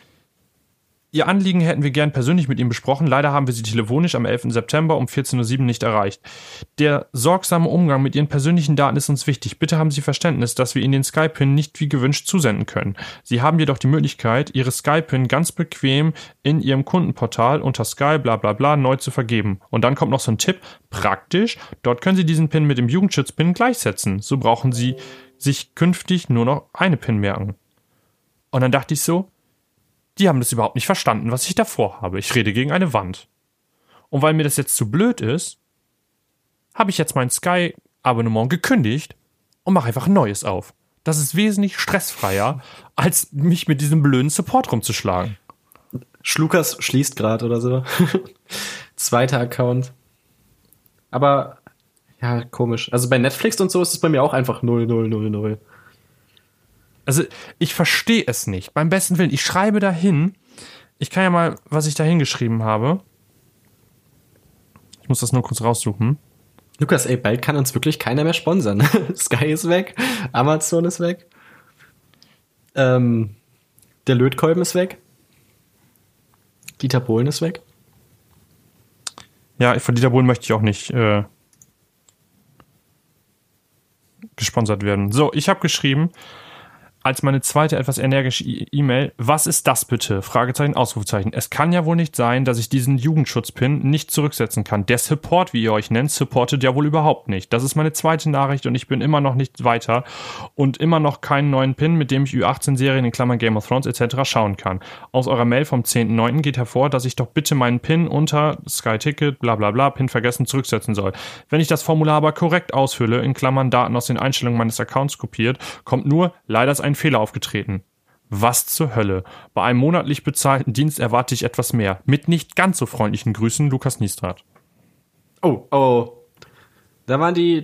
Ihr Anliegen hätten wir gern persönlich mit Ihnen besprochen. Leider haben wir Sie telefonisch am 11. September um 14.07 Uhr nicht erreicht. Der sorgsame Umgang mit Ihren persönlichen Daten ist uns wichtig. Bitte haben Sie Verständnis, dass wir Ihnen den Sky-Pin nicht wie gewünscht zusenden können. Sie haben jedoch die Möglichkeit, Ihre Sky-Pin ganz bequem in Ihrem Kundenportal unter Sky bla bla bla neu zu vergeben. Und dann kommt noch so ein Tipp, praktisch, dort können Sie diesen Pin mit dem Jugendschutz-Pin gleichsetzen. So brauchen Sie sich künftig nur noch eine Pin merken. Und dann dachte ich so, die haben das überhaupt nicht verstanden, was ich davor habe. Ich rede gegen eine Wand. Und weil mir das jetzt zu blöd ist, habe ich jetzt mein Sky-Abonnement gekündigt und mache einfach ein neues auf. Das ist wesentlich stressfreier, als mich mit diesem blöden Support rumzuschlagen. Schlukas schließt gerade oder so. Zweiter Account. Aber, ja, komisch. Also bei Netflix und so ist es bei mir auch einfach 0. Also, ich verstehe es nicht. Beim besten Willen. Ich schreibe dahin. Ich kann ja mal, was ich da hingeschrieben habe. Ich muss das nur kurz raussuchen. Lukas, ey, bald kann uns wirklich keiner mehr sponsern. Sky ist weg. Amazon ist weg. Der Lötkolben ist weg. Dieter Bohlen ist weg. Ja, von Dieter Bohlen möchte ich auch nicht gesponsert werden. So, ich habe geschrieben, als meine zweite etwas energische E-Mail, was ist das bitte? Fragezeichen, Ausrufezeichen. Es kann ja wohl nicht sein, dass ich diesen Jugendschutzpin nicht zurücksetzen kann. Der Support, wie ihr euch nennt, supportet ja wohl überhaupt nicht. Das ist meine zweite Nachricht und ich bin immer noch nicht weiter und immer noch keinen neuen Pin, mit dem ich Ü18-Serien in Klammern Game of Thrones etc. schauen kann. Aus eurer Mail vom 10.9. geht hervor, dass ich doch bitte meinen Pin unter Sky Ticket, bla bla bla, Pin vergessen, zurücksetzen soll. Wenn ich das Formular aber korrekt ausfülle, in Klammern Daten aus den Einstellungen meines Accounts kopiert, kommt nur, leider ist ein Fehler aufgetreten. Was zur Hölle? Bei einem monatlich bezahlten Dienst erwarte ich etwas mehr. Mit nicht ganz so freundlichen Grüßen, Lukas Niestrat. Oh. Da waren die,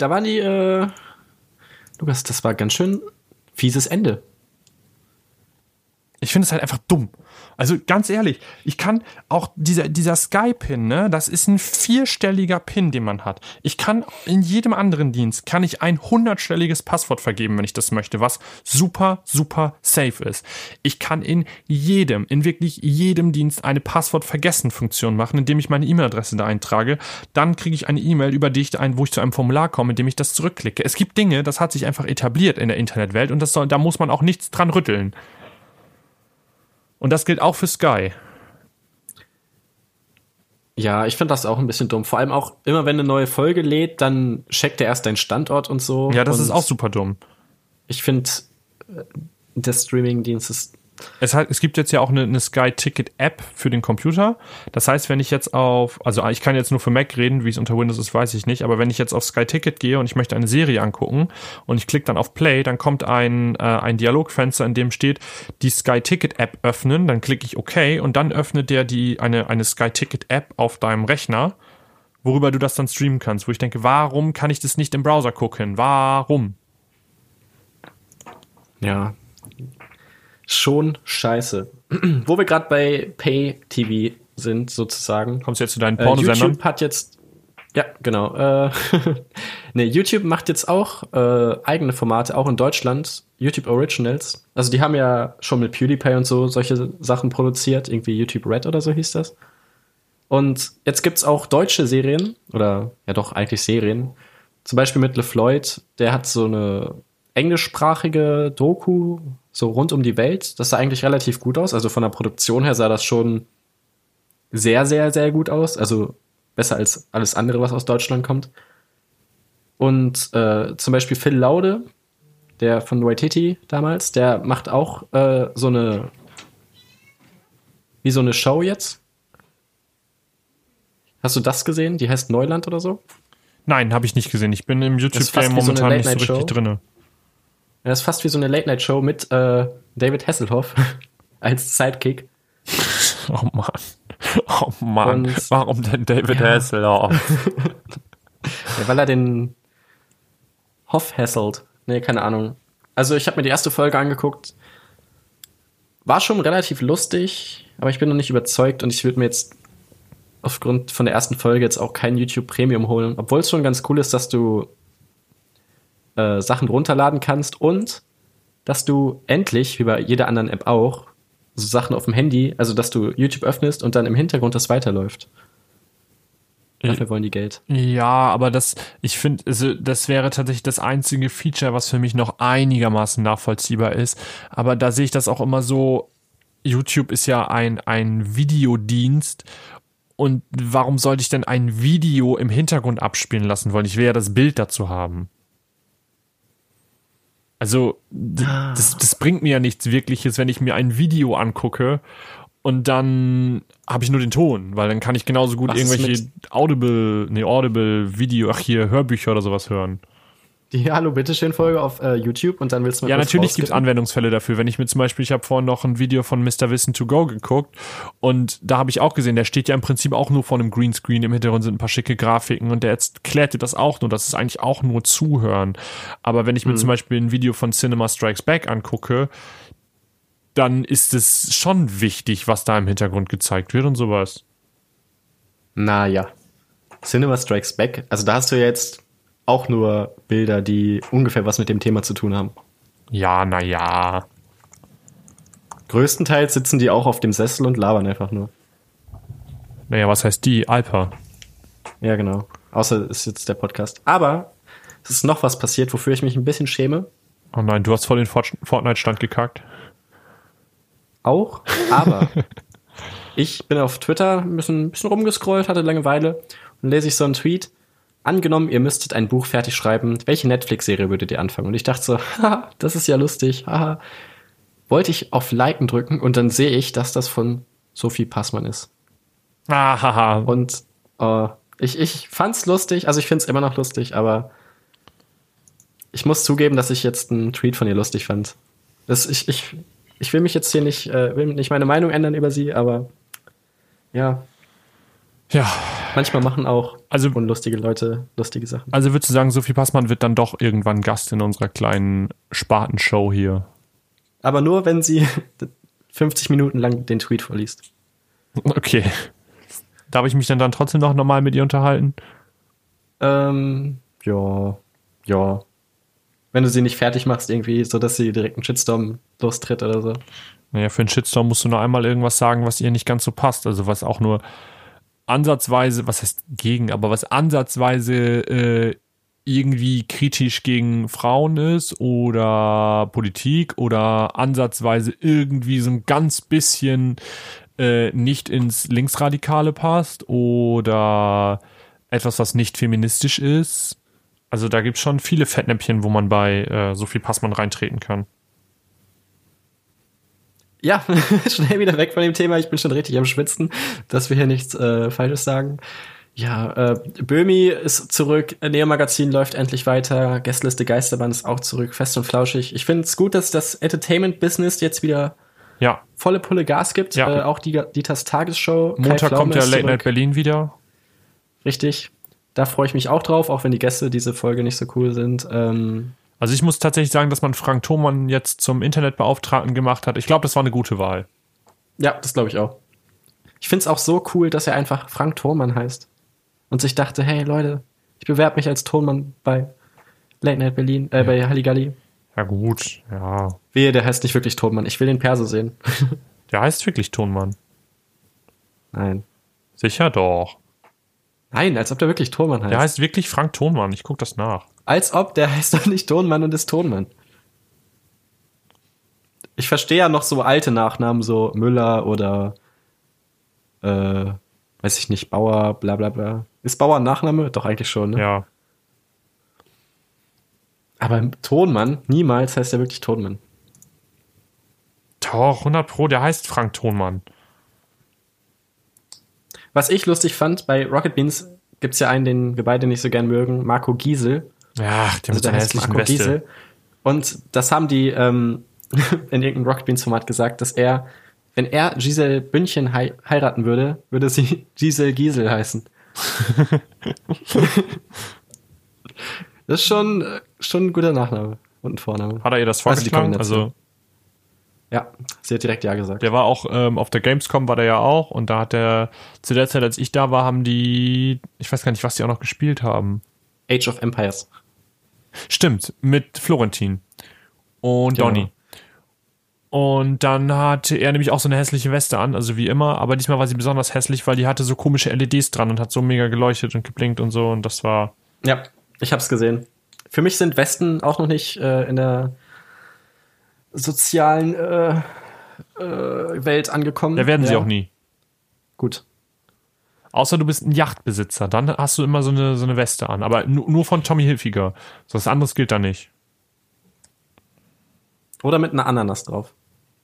Lukas, das war ganz schön fieses Ende. Ich finde es halt einfach dumm. Also ganz ehrlich, ich kann auch dieser Sky-Pin, ne, das ist ein 4-stelliger Pin, den man hat. Ich kann in jedem anderen Dienst, kann ich ein 100-stelliges Passwort vergeben, wenn ich das möchte, was super, super safe ist. Ich kann in wirklich jedem Dienst eine Passwort-Vergessen-Funktion machen, indem ich meine E-Mail-Adresse da eintrage. Dann kriege ich eine E-Mail, wo ich zu einem Formular komme, indem ich das zurückklicke. Es gibt Dinge, das hat sich einfach etabliert in der Internetwelt und da muss man auch nichts dran rütteln. Und das gilt auch für Sky. Ja, ich finde das auch ein bisschen dumm. Vor allem auch immer, wenn eine neue Folge lädt, dann checkt er erst deinen Standort und so. Ja, das ist auch super dumm. Ich finde, der Streaming-Dienst ist... Es gibt jetzt ja auch eine Sky-Ticket-App für den Computer. Das heißt, wenn ich jetzt also ich kann jetzt nur für Mac reden, wie es unter Windows ist, weiß ich nicht, aber wenn ich jetzt auf Sky-Ticket gehe und ich möchte eine Serie angucken und ich klicke dann auf Play, dann kommt ein Dialogfenster, in dem steht, die Sky-Ticket-App öffnen, dann klicke ich OK und dann öffnet der eine Sky-Ticket-App auf deinem Rechner, worüber du das dann streamen kannst, wo ich denke, warum kann ich das nicht im Browser gucken? Warum? Ja, schon scheiße. Wo wir gerade bei Pay-TV sind, sozusagen. Kommst du jetzt zu deinen Pornosendern? YouTube hat jetzt... Ja, genau. YouTube macht jetzt auch eigene Formate, auch in Deutschland. YouTube Originals. Also die haben ja schon mit PewDiePie und so solche Sachen produziert. Irgendwie YouTube Red oder so hieß das. Und jetzt gibt's auch deutsche Serien. Oder ja doch, eigentlich Serien. Zum Beispiel mit LeFloid. Der hat so eine englischsprachige Doku so rund um die Welt. Das sah eigentlich relativ gut aus. Also von der Produktion her sah das schon sehr, sehr, sehr gut aus. Also besser als alles andere, was aus Deutschland kommt. Und zum Beispiel Phil Laude, der von Waititi damals, der macht auch so eine Show jetzt. Hast du das gesehen? Die heißt Neuland oder so? Nein, habe ich nicht gesehen. Ich bin im YouTube-Game momentan nicht so richtig drin. Das ist fast wie so eine Late-Night-Show mit David Hasselhoff als Sidekick. Oh Mann. Und, warum denn David Hasselhoff? Ja, weil er den Hoff hasselt. Nee, keine Ahnung. Also ich habe mir die erste Folge angeguckt. War schon relativ lustig, aber ich bin noch nicht überzeugt und ich würde mir jetzt aufgrund von der ersten Folge jetzt auch kein YouTube Premium holen. Obwohl es schon ganz cool ist, dass du Sachen runterladen kannst und dass du endlich, wie bei jeder anderen App auch, so Sachen auf dem Handy, also dass du YouTube öffnest und dann im Hintergrund das weiterläuft. Dafür wollen die Geld. Ja, aber ich finde, also das wäre tatsächlich das einzige Feature, was für mich noch einigermaßen nachvollziehbar ist. Aber da sehe ich das auch immer so, YouTube ist ja ein Videodienst und warum sollte ich denn ein Video im Hintergrund abspielen lassen wollen? Ich will ja das Bild dazu haben. Also, das bringt mir ja nichts Wirkliches, wenn ich mir ein Video angucke und dann habe ich nur den Ton, weil dann kann ich genauso gut irgendwelche Hörbücher oder sowas hören. Die Hallo Bitteschön Folge auf YouTube und dann willst du Ja, natürlich gibt es Anwendungsfälle dafür. Wenn ich mir zum Beispiel, ich habe vorhin noch ein Video von Mr. Wissen to Go geguckt und da habe ich auch gesehen, der steht ja im Prinzip auch nur vor einem Greenscreen, im Hintergrund sind ein paar schicke Grafiken und der erklärt dir das auch nur, das ist eigentlich auch nur Zuhören. Aber wenn ich mir zum Beispiel ein Video von Cinema Strikes Back angucke, dann ist es schon wichtig, was da im Hintergrund gezeigt wird und sowas. Naja, Cinema Strikes Back, also da hast du jetzt auch nur Bilder, die ungefähr was mit dem Thema zu tun haben. Ja, naja. Größtenteils sitzen die auch auf dem Sessel und labern einfach nur. Naja, was heißt die? Alper. Ja, genau. Außer ist jetzt der Podcast. Aber es ist noch was passiert, wofür ich mich ein bisschen schäme. Oh nein, du hast voll den Fortnite-Stand gekackt. Auch, aber ich bin auf Twitter ein bisschen rumgescrollt, hatte Langeweile und lese ich so einen Tweet. Angenommen, ihr müsstet ein Buch fertig schreiben, welche Netflix-Serie würdet ihr anfangen? Und ich dachte so, haha, das ist ja lustig, haha. Wollte ich auf Liken drücken und dann sehe ich, dass das von Sophie Passmann ist. Haha. Und ich fand's lustig, also ich find's immer noch lustig, aber ich muss zugeben, dass ich jetzt einen Tweet von ihr lustig fand. Ich will mich jetzt hier will nicht meine Meinung ändern über sie, aber ja. Ja. Manchmal machen auch unlustige Leute lustige Sachen. Also würdest du sagen, Sophie Passmann wird dann doch irgendwann Gast in unserer kleinen Spartenshow hier? Aber nur, wenn sie 50 Minuten lang den Tweet vorliest. Okay. Darf ich mich dann trotzdem noch normal mit ihr unterhalten? Ja. Wenn du sie nicht fertig machst irgendwie, so dass sie direkt einen Shitstorm lostritt oder so. Naja, für einen Shitstorm musst du nur einmal irgendwas sagen, was ihr nicht ganz so passt. Also was auch nur ansatzweise, was heißt gegen, aber was ansatzweise irgendwie kritisch gegen Frauen ist oder Politik oder ansatzweise irgendwie so ein ganz bisschen nicht ins Linksradikale passt oder etwas, was nicht feministisch ist. Also da gibt es schon viele Fettnäpfchen, wo man bei Sophie Passmann reintreten kann. Ja, schnell wieder weg von dem Thema. Ich bin schon richtig am Schwitzen, dass wir hier nichts Falsches sagen. Ja, Böhmi ist zurück, Neo-Magazin läuft endlich weiter, Gästeliste Geisterbahn ist auch zurück, fest und flauschig. Ich finde es gut, dass das Entertainment-Business jetzt wieder volle Pulle Gas gibt. Ja. Auch Dieters Tagesshow. Montag kommt ja Late Night Berlin wieder. Richtig. Da freue ich mich auch drauf, auch wenn die Gäste diese Folge nicht so cool sind. Also ich muss tatsächlich sagen, dass man Frank Thonmann jetzt zum Internetbeauftragten gemacht hat. Ich glaube, das war eine gute Wahl. Ja, das glaube ich auch. Ich finde es auch so cool, dass er einfach Frank Thonmann heißt. Und sich dachte, hey Leute, ich bewerbe mich als Thonmann bei Late Night Berlin, bei Halligalli. Ja gut, ja. Wehe, der heißt nicht wirklich Thonmann. Ich will den Perso sehen. Der heißt wirklich Thonmann. Nein. Sicher doch. Nein, als ob der wirklich Thonmann heißt. Der heißt wirklich Frank Thonmann. Ich guck das nach. Als ob, der heißt doch nicht Thonmann und ist Thonmann. Ich verstehe ja noch so alte Nachnamen, so Müller oder weiß ich nicht, Bauer, bla bla bla. Ist Bauer ein Nachname? Doch eigentlich schon, ne? Ja. Aber Thonmann, niemals heißt er wirklich Thonmann. Doch, 100%, der heißt Frank Thonmann. Was ich lustig fand, bei Rocket Beans gibt's ja einen, den wir beide nicht so gern mögen, Marco Giesel. Ja, der mit der hässlichen Marco Weste. Giesel. Und das haben die in irgendeinem Rocket Beans Format gesagt, dass er, wenn er Giselle Bündchen heiraten würde, würde sie Giselle Giesel heißen. Das ist schon ein guter Nachname und ein Vorname. Hat er ihr das vorgeschlagen? Ja, sie hat direkt ja gesagt. Der war auch auf der Gamescom, war der ja auch. Und da hat er, zu der Zeit, als ich da war, haben die, ich weiß gar nicht, was die auch noch gespielt haben. Age of Empires. Stimmt, mit Florentin und Genau. Donny. Und dann hatte er nämlich auch so eine hässliche Weste an, also wie immer. Aber diesmal war sie besonders hässlich, weil die hatte so komische LEDs dran und hat so mega geleuchtet und geblinkt und so. Und das war... Ja, ich hab's gesehen. Für mich sind Westen auch noch nicht in der sozialen Welt angekommen. Da werden sie auch nie. Gut. Außer du bist ein Yachtbesitzer, dann hast du immer so eine Weste an. Aber nur von Tommy Hilfiger. So was anderes gilt da nicht. Oder mit einer Ananas drauf.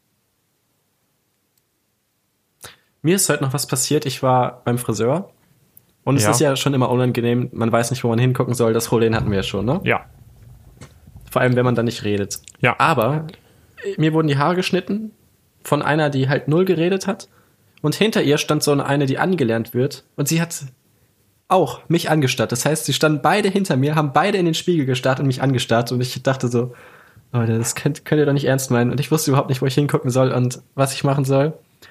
Mir ist heute noch was passiert. Ich war beim Friseur. Und es ist ja schon immer unangenehm. Man weiß nicht, wo man hingucken soll. Das Problem hatten wir ja schon, ne? Ja. Vor allem, wenn man da nicht redet. Ja. Aber mir wurden die Haare geschnitten von einer, die halt null geredet hat. Und hinter ihr stand so eine, die angelernt wird. Und sie hat auch mich angestarrt. Das heißt, sie standen beide hinter mir, haben beide in den Spiegel gestarrt und mich angestarrt. Und ich dachte so, Leute, das könnt ihr doch nicht ernst meinen. Und ich wusste überhaupt nicht, wo ich hingucken soll und was ich machen soll.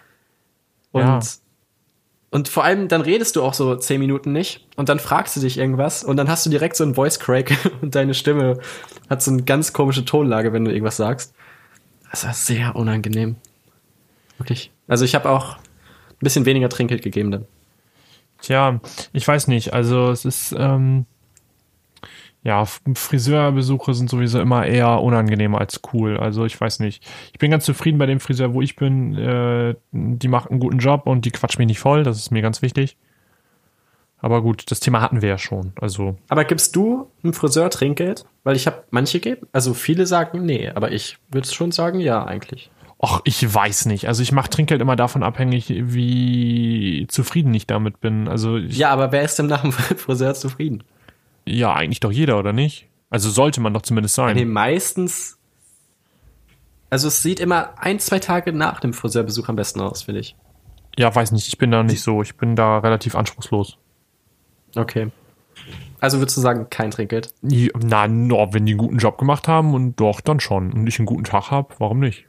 Und vor allem, dann redest du auch so 10 Minuten nicht. Und dann fragst du dich irgendwas. Und dann hast du direkt so einen Voice Crack. Und deine Stimme hat so eine ganz komische Tonlage, wenn du irgendwas sagst. Das war sehr unangenehm. Wirklich. Also ich habe auch ein bisschen weniger Trinkgeld gegeben dann. Tja, ich weiß nicht. Also es ist, Friseurbesuche sind sowieso immer eher unangenehm als cool. Also ich weiß nicht. Ich bin ganz zufrieden bei dem Friseur, wo ich bin. Die macht einen guten Job und die quatscht mich nicht voll. Das ist mir ganz wichtig. Aber gut, das Thema hatten wir ja schon. Also. Aber gibst du einem Friseur Trinkgeld? Weil ich habe manche geben. Also viele sagen nee, aber ich würde schon sagen ja eigentlich. Och, ich weiß nicht. Also ich mache Trinkgeld immer davon abhängig, wie zufrieden ich damit bin. Also ja, aber wer ist denn nach dem Friseur zufrieden? Ja, eigentlich doch jeder, oder nicht? Also sollte man doch zumindest sein. Nee, meistens Also es sieht immer 1-2 Tage nach dem Friseurbesuch am besten aus, finde ich. Ja, weiß nicht, ich bin da nicht so. Ich bin da relativ anspruchslos. Okay. Also würdest du sagen, kein Trinkgeld? Na, no, wenn die einen guten Job gemacht haben und doch, dann schon. Und ich einen guten Tag habe, warum nicht?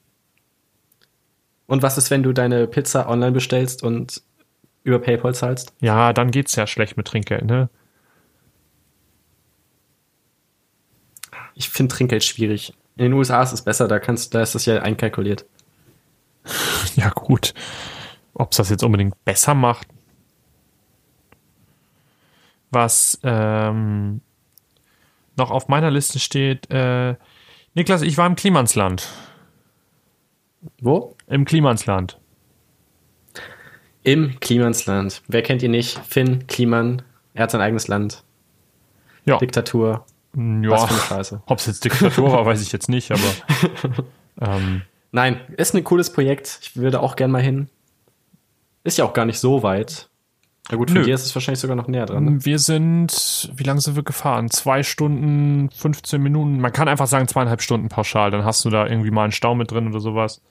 Und was ist, wenn du deine Pizza online bestellst und über PayPal zahlst? Ja, dann geht's ja schlecht mit Trinkgeld, ne? Ich finde Trinkgeld schwierig. In den USA ist es besser, da ist das ja einkalkuliert. Ja, gut. Ob es das jetzt unbedingt besser macht? Was noch auf meiner Liste steht, Niklas, ich war im Klimansland. Wo? Im Klimansland. Im Klimansland. Wer kennt ihn nicht? Finn Kliman. Er hat sein eigenes Land. Ja. Diktatur. Ja. Was für eine Scheiße. Ob es jetzt Diktatur war, weiß ich jetzt nicht, aber Nein, ist ein cooles Projekt. Ich würde auch gern mal hin. Ist ja auch gar nicht so weit. Na gut, für dir ist es wahrscheinlich sogar noch näher dran. Ne? Wir sind, wie lange sind wir gefahren? 2 Stunden, 15 Minuten. Man kann einfach sagen 2,5 Stunden pauschal. Dann hast du da irgendwie mal einen Stau mit drin oder sowas.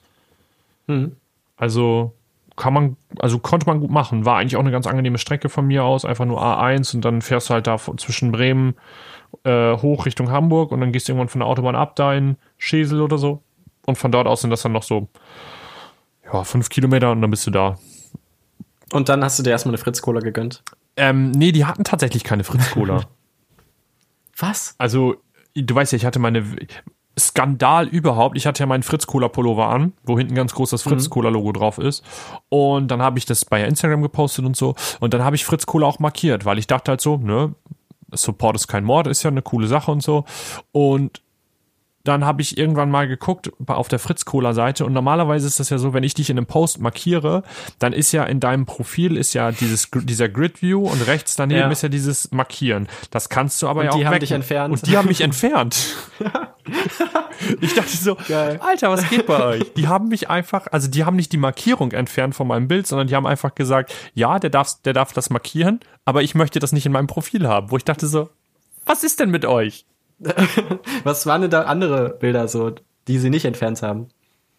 Also konnte man gut machen. War eigentlich auch eine ganz angenehme Strecke von mir aus. Einfach nur A1 und dann fährst du halt da zwischen Bremen hoch Richtung Hamburg und dann gehst du irgendwann von der Autobahn ab da in Schesel oder so. Und von dort aus sind das dann noch so 5 Kilometer und dann bist du da. Und dann hast du dir erstmal eine Fritz-Cola gegönnt? Nee, die hatten tatsächlich keine Fritz-Cola. Was? Also, du weißt ja, ich hatte meine Skandal überhaupt. Ich hatte ja meinen Fritz-Cola-Pullover an, wo hinten ganz groß das Fritz-Cola-Logo drauf ist. Und dann habe ich das bei Instagram gepostet und so. Und dann habe ich Fritz-Cola auch markiert, weil ich dachte halt so, ne, Support ist kein Mord, ist ja eine coole Sache und so. Und dann habe ich irgendwann mal geguckt auf der Fritz-Cola-Seite und normalerweise ist das ja so, wenn ich dich in einem Post markiere, dann ist ja in deinem Profil ist ja dieser Grid-View und rechts daneben ist ja dieses Markieren. Das kannst du aber ja auch weg. Und die haben dich entfernt. Und die haben mich entfernt. Ich dachte so, geil. Alter, was geht bei euch? Die haben mich einfach, also die haben nicht die Markierung entfernt von meinem Bild, sondern die haben einfach gesagt, ja, der darf das markieren, aber ich möchte das nicht in meinem Profil haben. Wo ich dachte so, was ist denn mit euch? Was waren denn da andere Bilder so, die sie nicht entfernt haben?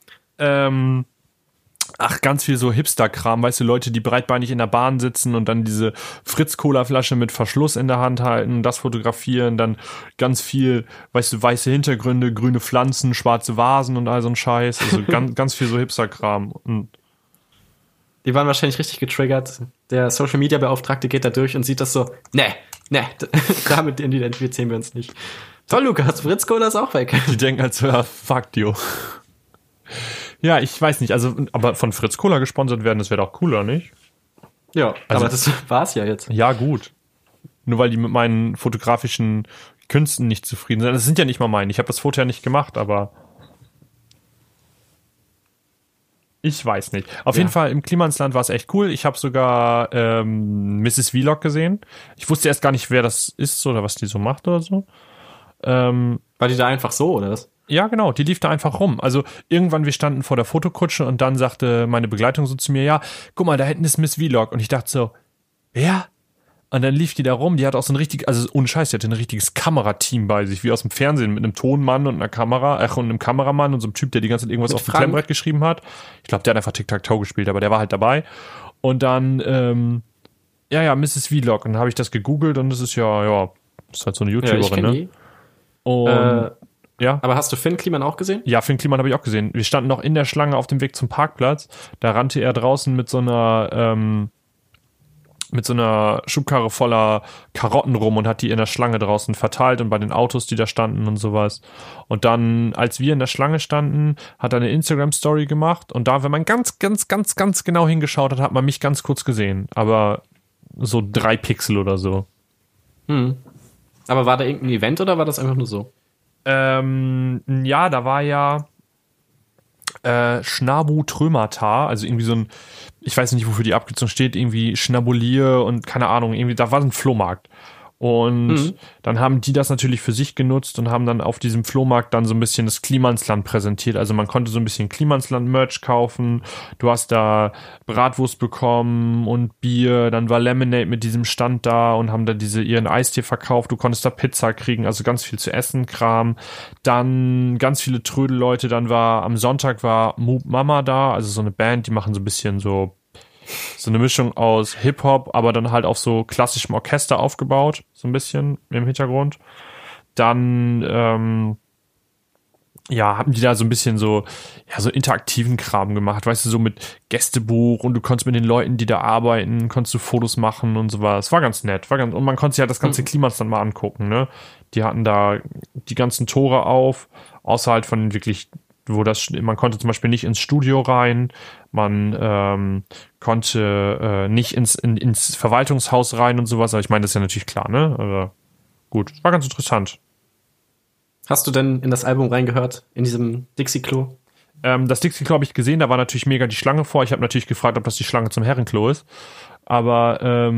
Ganz viel so Hipster-Kram, weißt du, Leute, die breitbeinig in der Bahn sitzen und dann diese Fritz-Cola-Flasche mit Verschluss in der Hand halten, das fotografieren, dann ganz viel, weißt du, weiße Hintergründe, grüne Pflanzen, schwarze Vasen und all so ein Scheiß, also ganz viel so Hipster-Kram. Und die waren wahrscheinlich richtig getriggert. Der Social-Media-Beauftragte geht da durch und sieht das so, nee, damit identifizieren wir uns nicht. Toll, Lukas, Fritz-Cola ist auch weg. Die denken halt so, ja, fuck you. Ja, ich weiß nicht, also, aber von Fritz-Cola gesponsert werden, das wäre doch cooler, nicht? Ja, also, aber das war's ja jetzt. Ja, gut. Nur weil die mit meinen fotografischen Künsten nicht zufrieden sind. Das sind ja nicht mal meine. Ich habe das Foto ja nicht gemacht, aber ich weiß nicht. Auf jeden Fall, im Klimansland war es echt cool. Ich habe sogar Mrs. Vlog gesehen. Ich wusste erst gar nicht, wer das ist oder was die so macht oder so. War die da einfach so, oder was? Ja, genau, die lief da einfach rum. Also irgendwann, wir standen vor der Fotokutsche und dann sagte meine Begleitung so zu mir, ja, guck mal, da hinten ist Miss Vlog. Und ich dachte so, wer? Und dann lief die da rum, die hat auch so ein ohne Scheiß, die hatte ein richtiges Kamerateam bei sich, wie aus dem Fernsehen, mit einem Tonmann und einer und einem Kameramann und so einem Typ, der die ganze Zeit irgendwas auf dem Klemmbrett geschrieben hat. Ich glaube, der hat einfach Tic-Tac-Toe gespielt, aber der war halt dabei. Und dann, Mrs. Vlog. Und dann habe ich das gegoogelt und das ist ist halt so eine YouTuberin, ne? Die. Und ja. Aber hast du Finn Kliman auch gesehen? Ja, Finn Kliman habe ich auch gesehen. Wir standen noch in der Schlange auf dem Weg zum Parkplatz. Da rannte er draußen mit so einer Schubkarre voller Karotten rum und hat die in der Schlange draußen verteilt und bei den Autos, die da standen und sowas. Und dann, als wir in der Schlange standen, hat er eine Instagram-Story gemacht und da, wenn man ganz, ganz, ganz, ganz genau hingeschaut hat, hat man mich ganz kurz gesehen. Aber so 3 Pixel oder so. Aber war da irgendein Event oder war das einfach nur so? Da war ja Schnabu Trömatar, also irgendwie so ein, ich weiß nicht, wofür die Abkürzung steht, irgendwie Schnabulier und keine Ahnung, irgendwie, da war ein Flohmarkt. Und dann haben die das natürlich für sich genutzt und haben dann auf diesem Flohmarkt dann so ein bisschen das Klimansland präsentiert. Also man konnte so ein bisschen Klimansland-Merch kaufen. Du hast da Bratwurst bekommen und Bier. Dann war Lemonade mit diesem Stand da und haben da ihren Eistee verkauft. Du konntest da Pizza kriegen, also ganz viel zu essen, Kram. Dann ganz viele Trödelleute. Dann am Sonntag war Moop Mama da, also so eine Band, die machen so ein bisschen so eine Mischung aus Hip-Hop, aber dann halt auf so klassischem Orchester aufgebaut, so ein bisschen im Hintergrund. Dann, haben die da so ein bisschen so interaktiven Kram gemacht, weißt du, so mit Gästebuch und du konntest mit den Leuten, die da arbeiten, konntest du Fotos machen und so was. War ganz nett, und man konnte sich halt das ganze Klimas dann mal angucken, ne? Die hatten da die ganzen Tore auf, außer halt von wirklich man konnte zum Beispiel nicht ins Studio rein, man konnte nicht ins Verwaltungshaus rein und sowas, aber ich meine, das ist ja natürlich klar, ne? Aber gut, war ganz interessant. Hast du denn in das Album reingehört, in diesem Dixie-Klo? Das Dixie-Klo habe ich gesehen, da war natürlich mega die Schlange vor. Ich habe natürlich gefragt, ob das die Schlange zum Herrenklo ist, aber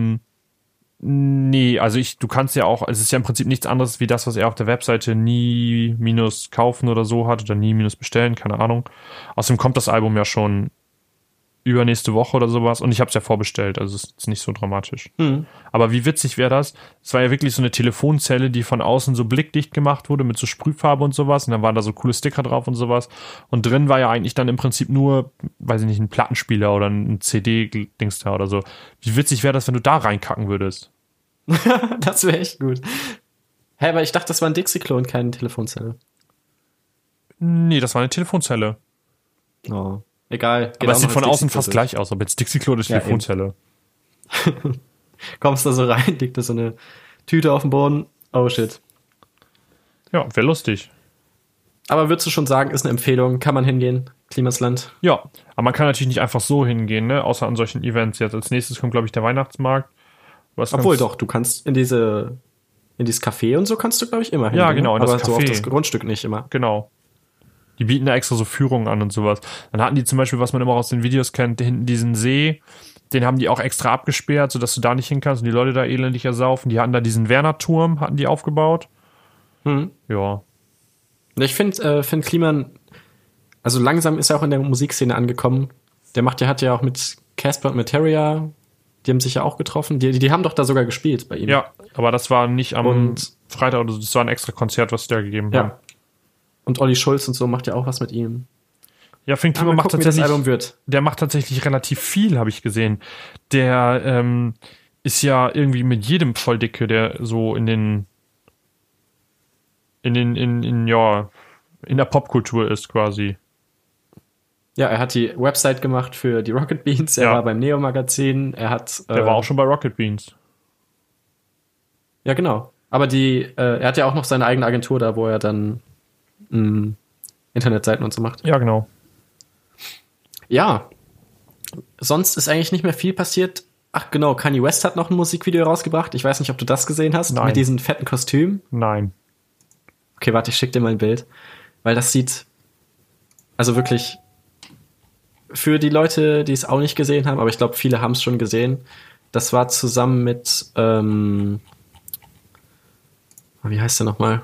nee, also du kannst ja auch, es ist ja im Prinzip nichts anderes wie das, was er auf der Webseite nie minus kaufen oder so hat oder nie minus bestellen, keine Ahnung. Außerdem kommt das Album ja schon übernächste Woche oder sowas und ich habe es ja vorbestellt, also es ist nicht so dramatisch. Aber wie witzig wäre das? Es war ja wirklich so eine Telefonzelle, die von außen so blickdicht gemacht wurde mit so Sprühfarbe und sowas und dann waren da so coole Sticker drauf und sowas und drin war ja eigentlich dann im Prinzip nur, weiß ich nicht, ein Plattenspieler oder ein CD-Dings da oder so. Wie witzig wäre das, wenn du da reinkacken würdest? Das wäre echt gut. Hä, aber ich dachte, das war ein Dixie-Klo und keine Telefonzelle. Nee, das war eine Telefonzelle. Oh, egal. Aber es sieht von außen fast gleich aus, ob jetzt Dixie-Klo oder Telefonzelle. Kommst da so rein, liegt da so eine Tüte auf dem Boden. Oh shit. Ja, wäre lustig. Aber würdest du schon sagen, ist eine Empfehlung, kann man hingehen, Klimasland? Ja, aber man kann natürlich nicht einfach so hingehen, ne? Außer an solchen Events. Jetzt als nächstes kommt, glaube ich, der Weihnachtsmarkt. Obwohl doch, du kannst in dieses Café und so kannst du, glaube ich, immer hingehen. Ja, genau, in das Café. So auf das Grundstück nicht immer. Genau. Die bieten da extra so Führungen an und sowas. Dann hatten die zum Beispiel, was man immer aus den Videos kennt, hinten diesen See, den haben die auch extra abgesperrt, sodass du da nicht hin kannst und die Leute da elendig ersaufen. Die hatten da diesen Werner-Turm, hatten die aufgebaut. Ja. Ich finde Kliman, also langsam ist er auch in der Musikszene angekommen. Hat ja auch mit Casper und Materia, die haben sich ja auch getroffen. Die haben doch da sogar gespielt bei ihm. Ja, aber das war nicht am Freitag oder so, das war ein extra Konzert, was die da gegeben haben. Und Olli Schulz und so macht ja auch was mit ihm. Ja, Finn Kliman macht tatsächlich relativ viel, habe ich gesehen. Der ist ja irgendwie mit jedem voll dicke, der so in der Popkultur ist quasi. Ja, er hat die Website gemacht für die Rocket Beans, er war beim Neo-Magazin, der war auch schon bei Rocket Beans. Ja, genau. Aber er hat ja auch noch seine eigene Agentur da, wo er dann Internetseiten und so macht. Ja, genau. Ja. Sonst ist eigentlich nicht mehr viel passiert. Ach genau, Kanye West hat noch ein Musikvideo rausgebracht. Ich weiß nicht, ob du das gesehen hast. Nein. Mit diesen fetten Kostümen. Nein. Okay, warte, ich schick dir mal ein Bild. Weil das sieht, also wirklich, für die Leute, die es auch nicht gesehen haben, aber ich glaube, viele haben es schon gesehen. Das war zusammen mit, wie heißt der nochmal?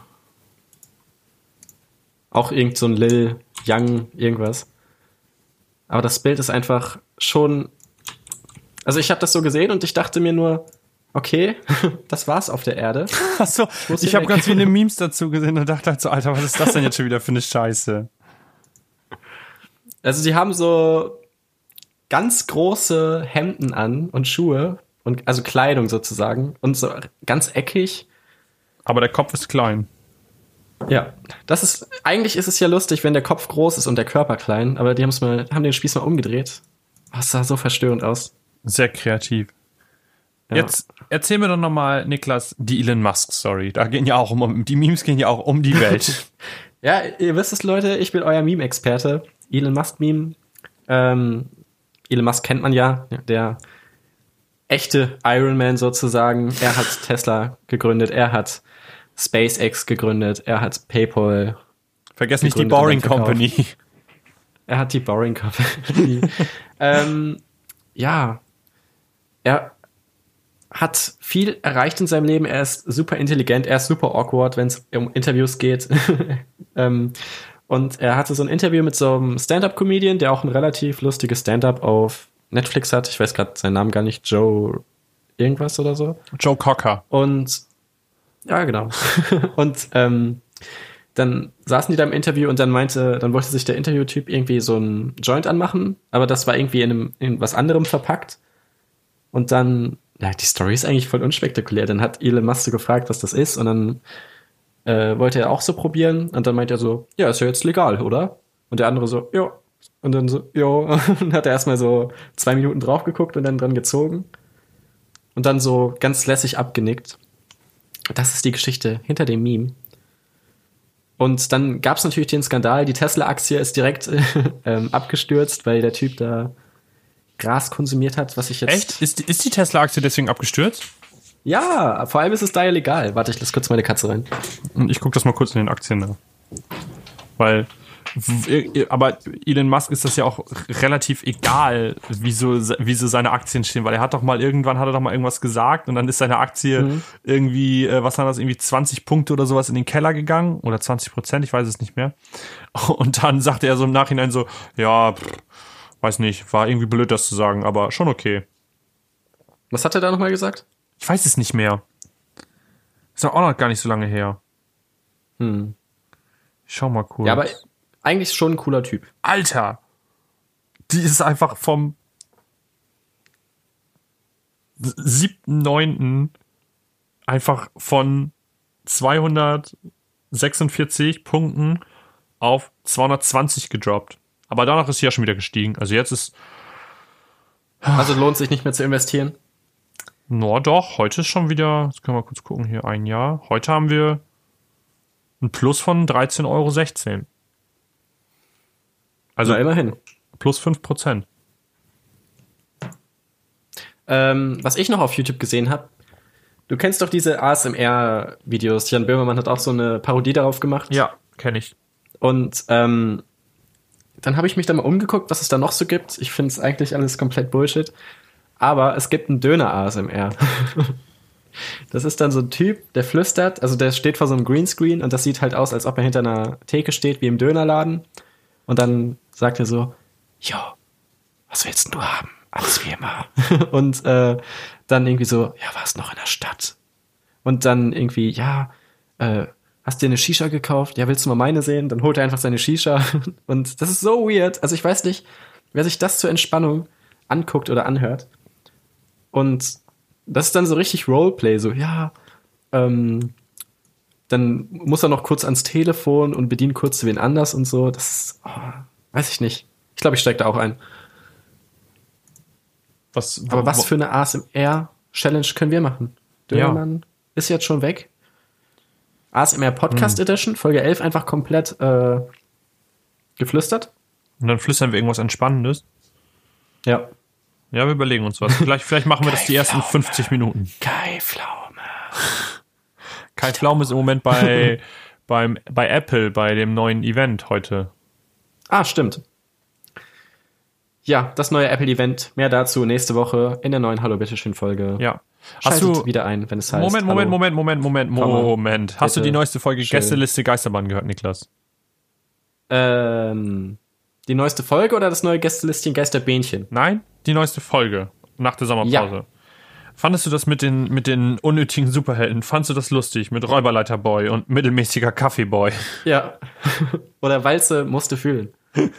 Auch irgend so ein Lil Young irgendwas. Aber das Bild ist einfach schon, also ich habe das so gesehen und ich dachte mir nur, okay, das war's auf der Erde. Achso, ich habe ganz viele Memes dazu gesehen und dachte halt so, Alter, was ist das denn jetzt schon wieder für eine Scheiße? Also die haben so ganz große Hemden an und Schuhe und also Kleidung sozusagen und so ganz eckig. Aber der Kopf ist klein. Ja, eigentlich ist es ja lustig, wenn der Kopf groß ist und der Körper klein, aber die haben den Spieß mal umgedreht. Das sah so verstörend aus. Sehr kreativ. Ja. Jetzt erzähl mir doch nochmal, Niklas, die Elon Musk-Story. Die Memes gehen ja auch um die Welt. Ja, ihr wisst es, Leute, ich bin euer Meme-Experte. Elon Musk-Meme. Elon Musk kennt man ja, der echte Iron Man sozusagen. Er hat Tesla gegründet, er hat SpaceX gegründet, er hat PayPal. Vergesst nicht die Boring Company. Er hat die Boring Company. Ja. hat viel erreicht in seinem Leben. Er ist super intelligent, er ist super awkward, wenn es um Interviews geht. Und er hatte so ein Interview mit so einem Stand-Up-Comedian, der auch ein relativ lustiges Stand-Up auf Netflix hat. Ich weiß gerade seinen Namen gar nicht. Joe irgendwas oder so. Joe Cocker. Und ja, genau. Und dann saßen die da im Interview und dann wollte sich der Interviewtyp irgendwie so ein Joint anmachen, aber das war irgendwie in was anderem verpackt. Und dann, ja, die Story ist eigentlich voll unspektakulär. Dann hat Elon Musk so gefragt, was das ist, und dann wollte er auch so probieren, und dann meint er so, ja, ist ja jetzt legal, oder? Und der andere so, ja. Und dann so, ja. Und hat er erstmal so 2 Minuten drauf geguckt und dann dran gezogen. Und dann so ganz lässig abgenickt. Das ist die Geschichte hinter dem Meme. Und dann gab es natürlich den Skandal, die Tesla-Aktie ist direkt abgestürzt, weil der Typ da Gras konsumiert hat, was ich jetzt... Echt? Ist die Tesla-Aktie deswegen abgestürzt? Ja, vor allem ist es da ja legal. Warte, ich lasse kurz meine Katze rein. Und ich gucke das mal kurz in den Aktien nach. Aber Elon Musk ist das ja auch relativ egal, wieso seine Aktien stehen, weil irgendwann hat er doch mal irgendwas gesagt und dann ist seine Aktie irgendwie, was war das, irgendwie 20 Punkte oder sowas in den Keller gegangen oder 20%, ich weiß es nicht mehr. Und dann sagte er so im Nachhinein so, ja, weiß nicht, war irgendwie blöd, das zu sagen, aber schon okay. Was hat er da nochmal gesagt? Ich weiß es nicht mehr. Ist doch auch noch gar nicht so lange her. Ich schau mal kurz. Ja, aber eigentlich schon ein cooler Typ. Alter! Die ist einfach vom 7.9. einfach von 246 Punkten auf 220 gedroppt. Aber danach ist sie ja schon wieder gestiegen. Also jetzt ist... Also lohnt sich nicht mehr zu investieren? Na doch, heute ist schon wieder... Jetzt können wir mal kurz gucken, hier ein Jahr. Heute haben wir ein Plus von 13,16 €. Also na, immerhin. Plus 5%. Was ich noch auf YouTube gesehen habe, du kennst doch diese ASMR-Videos. Jan Böhmermann hat auch so eine Parodie darauf gemacht. Ja, kenne ich. Und dann habe ich mich da mal umgeguckt, was es da noch so gibt. Ich finde es eigentlich alles komplett Bullshit. Aber es gibt einen Döner-ASMR. Das ist dann so ein Typ, der flüstert. Also der steht vor so einem Greenscreen und das sieht halt aus, als ob er hinter einer Theke steht, wie im Dönerladen. Und dann sagt er so, jo, was willst du haben? Alles wie immer. Und dann irgendwie so, ja, warst noch in der Stadt? Und dann irgendwie, ja, hast dir eine Shisha gekauft? Ja, willst du mal meine sehen? Dann holt er einfach seine Shisha. Und das ist so weird. Also ich weiß nicht, wer sich das zur Entspannung anguckt oder anhört. Und das ist dann so richtig Roleplay. So, ja, dann muss er noch kurz ans Telefon und bedient kurz wen anders und so. Das ist, weiß ich nicht. Ich glaube, ich steige da auch ein. Aber was für eine ASMR-Challenge können wir machen? Dönermann ist jetzt schon weg. ASMR Podcast Edition, Folge 11, einfach komplett geflüstert. Und dann flüstern wir irgendwas Entspannendes. Ja. Ja, wir überlegen uns was. Vielleicht machen wir das die ersten 50 Minuten. Kai Pflaume. Kai Pflaume ist im Moment bei Apple, bei dem neuen Event heute. Ah, stimmt. Ja, das neue Apple-Event. Mehr dazu nächste Woche in der neuen Hallo Bitteschön-Folge. Ja. Hast du wieder ein, wenn es heißt. Moment. Hast du die neueste Folge Gästeliste Geisterbahn gehört, Niklas? Die neueste Folge oder das neue Gästelistchen Geisterbähnchen? Nein, die neueste Folge nach der Sommerpause. Ja. Fandest du das mit den unnötigen Superhelden? Fandest du das lustig mit Räuberleiterboy und mittelmäßiger Kaffeeboy? Ja. Oder Walze musste fühlen.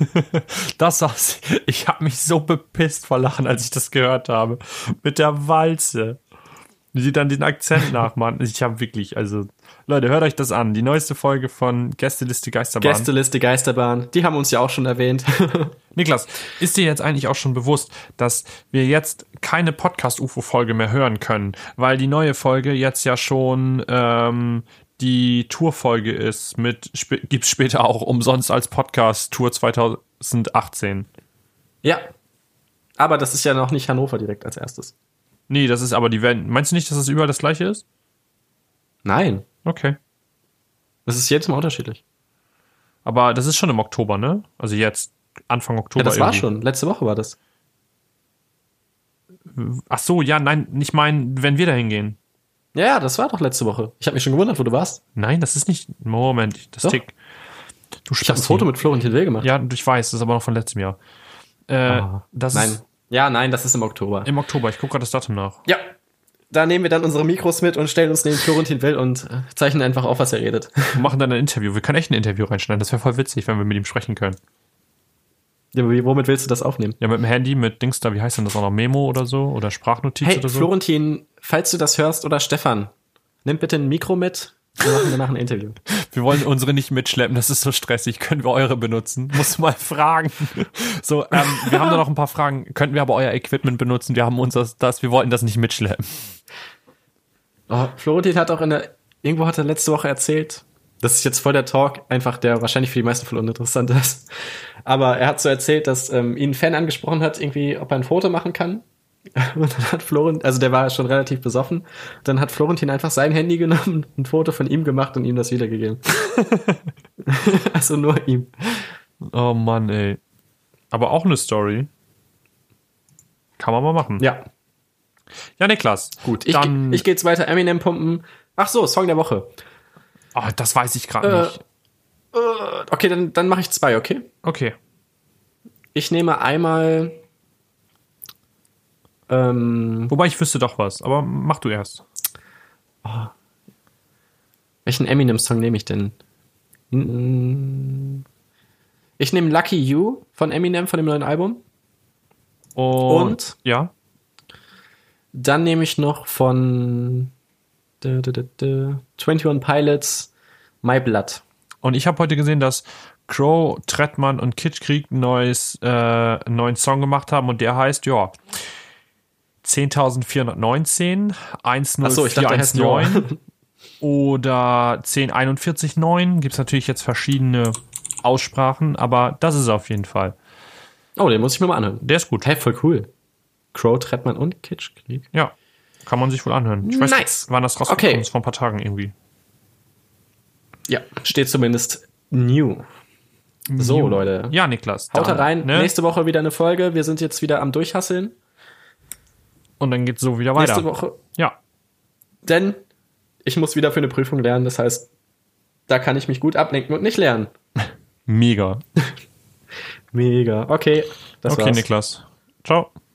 Ich habe mich so bepisst vor Lachen, als ich das gehört habe. Mit der Walze. Wie sie dann den Akzent nachmachen. Ich habe wirklich, also, Leute, hört euch das an. Die neueste Folge von Gästeliste Geisterbahn. Gästeliste Geisterbahn. Die haben uns ja auch schon erwähnt. Niklas, ist dir jetzt eigentlich auch schon bewusst, dass wir jetzt keine Podcast-UFO-Folge mehr hören können? Weil die neue Folge jetzt ja schon die Tourfolge ist gibt's später auch umsonst als Podcast Tour 2018. Ja. Aber das ist ja noch nicht Hannover direkt als erstes. Nee, das ist aber meinst du nicht, dass es überall das gleiche ist? Nein. Okay. Das ist jedes Mal unterschiedlich. Aber das ist schon im Oktober, ne? Also jetzt, Anfang Oktober. Ja, das war schon. Letzte Woche war das. Ach so, ja, nein, ich meine, wenn wir da hingehen. Ja, das war doch letzte Woche. Ich habe mich schon gewundert, wo du warst. Nein, das ist nicht... Moment, das Tick. Ich habe ein Foto mit Florentin Will gemacht. Ja, ich weiß, das ist aber noch von letztem Jahr. Das nein. Ist nein, das ist im Oktober. Im Oktober, ich gucke gerade das Datum nach. Ja, da nehmen wir dann unsere Mikros mit und stellen uns neben Florentin Will und zeichnen einfach auf, was er redet. Wir machen dann ein Interview. Wir können echt ein Interview reinschneiden. Das wäre voll witzig, wenn wir mit ihm sprechen können. Ja, aber womit willst du das aufnehmen? Ja, mit dem Handy, mit Dings da, wie heißt denn das auch noch? Memo oder so? Oder Sprachnotiz oder so? Florentin, falls du das hörst, oder Stefan, nimm bitte ein Mikro mit. Wir machen danach ein Interview. Wir wollen unsere nicht mitschleppen, das ist so stressig. Können wir eure benutzen? Musst du mal fragen. So, wir haben da noch ein paar Fragen. Könnten wir aber euer Equipment benutzen? Wir haben uns wir wollten das nicht mitschleppen. Oh, Florentin hat auch irgendwo hat er letzte Woche erzählt, das ist jetzt voll der Talk, einfach der wahrscheinlich für die meisten voll uninteressant ist. Aber er hat so erzählt, dass ihn ein Fan angesprochen hat, irgendwie, ob er ein Foto machen kann. Und dann hat Florentin, also der war schon relativ besoffen, dann hat Florentin einfach sein Handy genommen, ein Foto von ihm gemacht und ihm das wiedergegeben. Also nur ihm. Oh Mann, ey. Aber auch eine Story. Kann man mal machen. Ja. Ja, Niklas. Gut, ich gehe jetzt weiter Eminem pumpen. Ach so, Song der Woche. Oh, das weiß ich gerade nicht. Okay, dann mache ich 2, okay? Okay. Ich nehme einmal... Wobei ich wüsste doch was, aber mach du erst. Oh. Welchen Eminem-Song nehme ich denn? Ich nehme Lucky You von Eminem, von dem neuen Album. Und ja. Dann nehme ich noch von 21 Pilots My Blood. Und ich habe heute gesehen, dass Crow, Trettmann und Kitschkrieg einen neuen Song gemacht haben und der heißt, 10.419, 10419 oder 10.41.9. Gibt es natürlich jetzt verschiedene Aussprachen, aber das ist auf jeden Fall. Oh, den muss ich mir mal anhören. Der ist gut. Hey, voll cool. Crow, Trettmann und Kitschkrieg. Ja, kann man sich wohl anhören. Ich weiß nicht, wann das rausgekommen ist, vor ein paar Tagen irgendwie. Ja, steht zumindest new. So, Leute. Ja, Niklas. Haut rein. Ne? Nächste Woche wieder eine Folge. Wir sind jetzt wieder am Durchhasseln. Und dann geht's so wieder weiter. Nächste Woche. Ja. Denn ich muss wieder für eine Prüfung lernen. Das heißt, da kann ich mich gut ablenken und nicht lernen. Mega. Mega. Okay, das war's. Okay, Niklas. Ciao.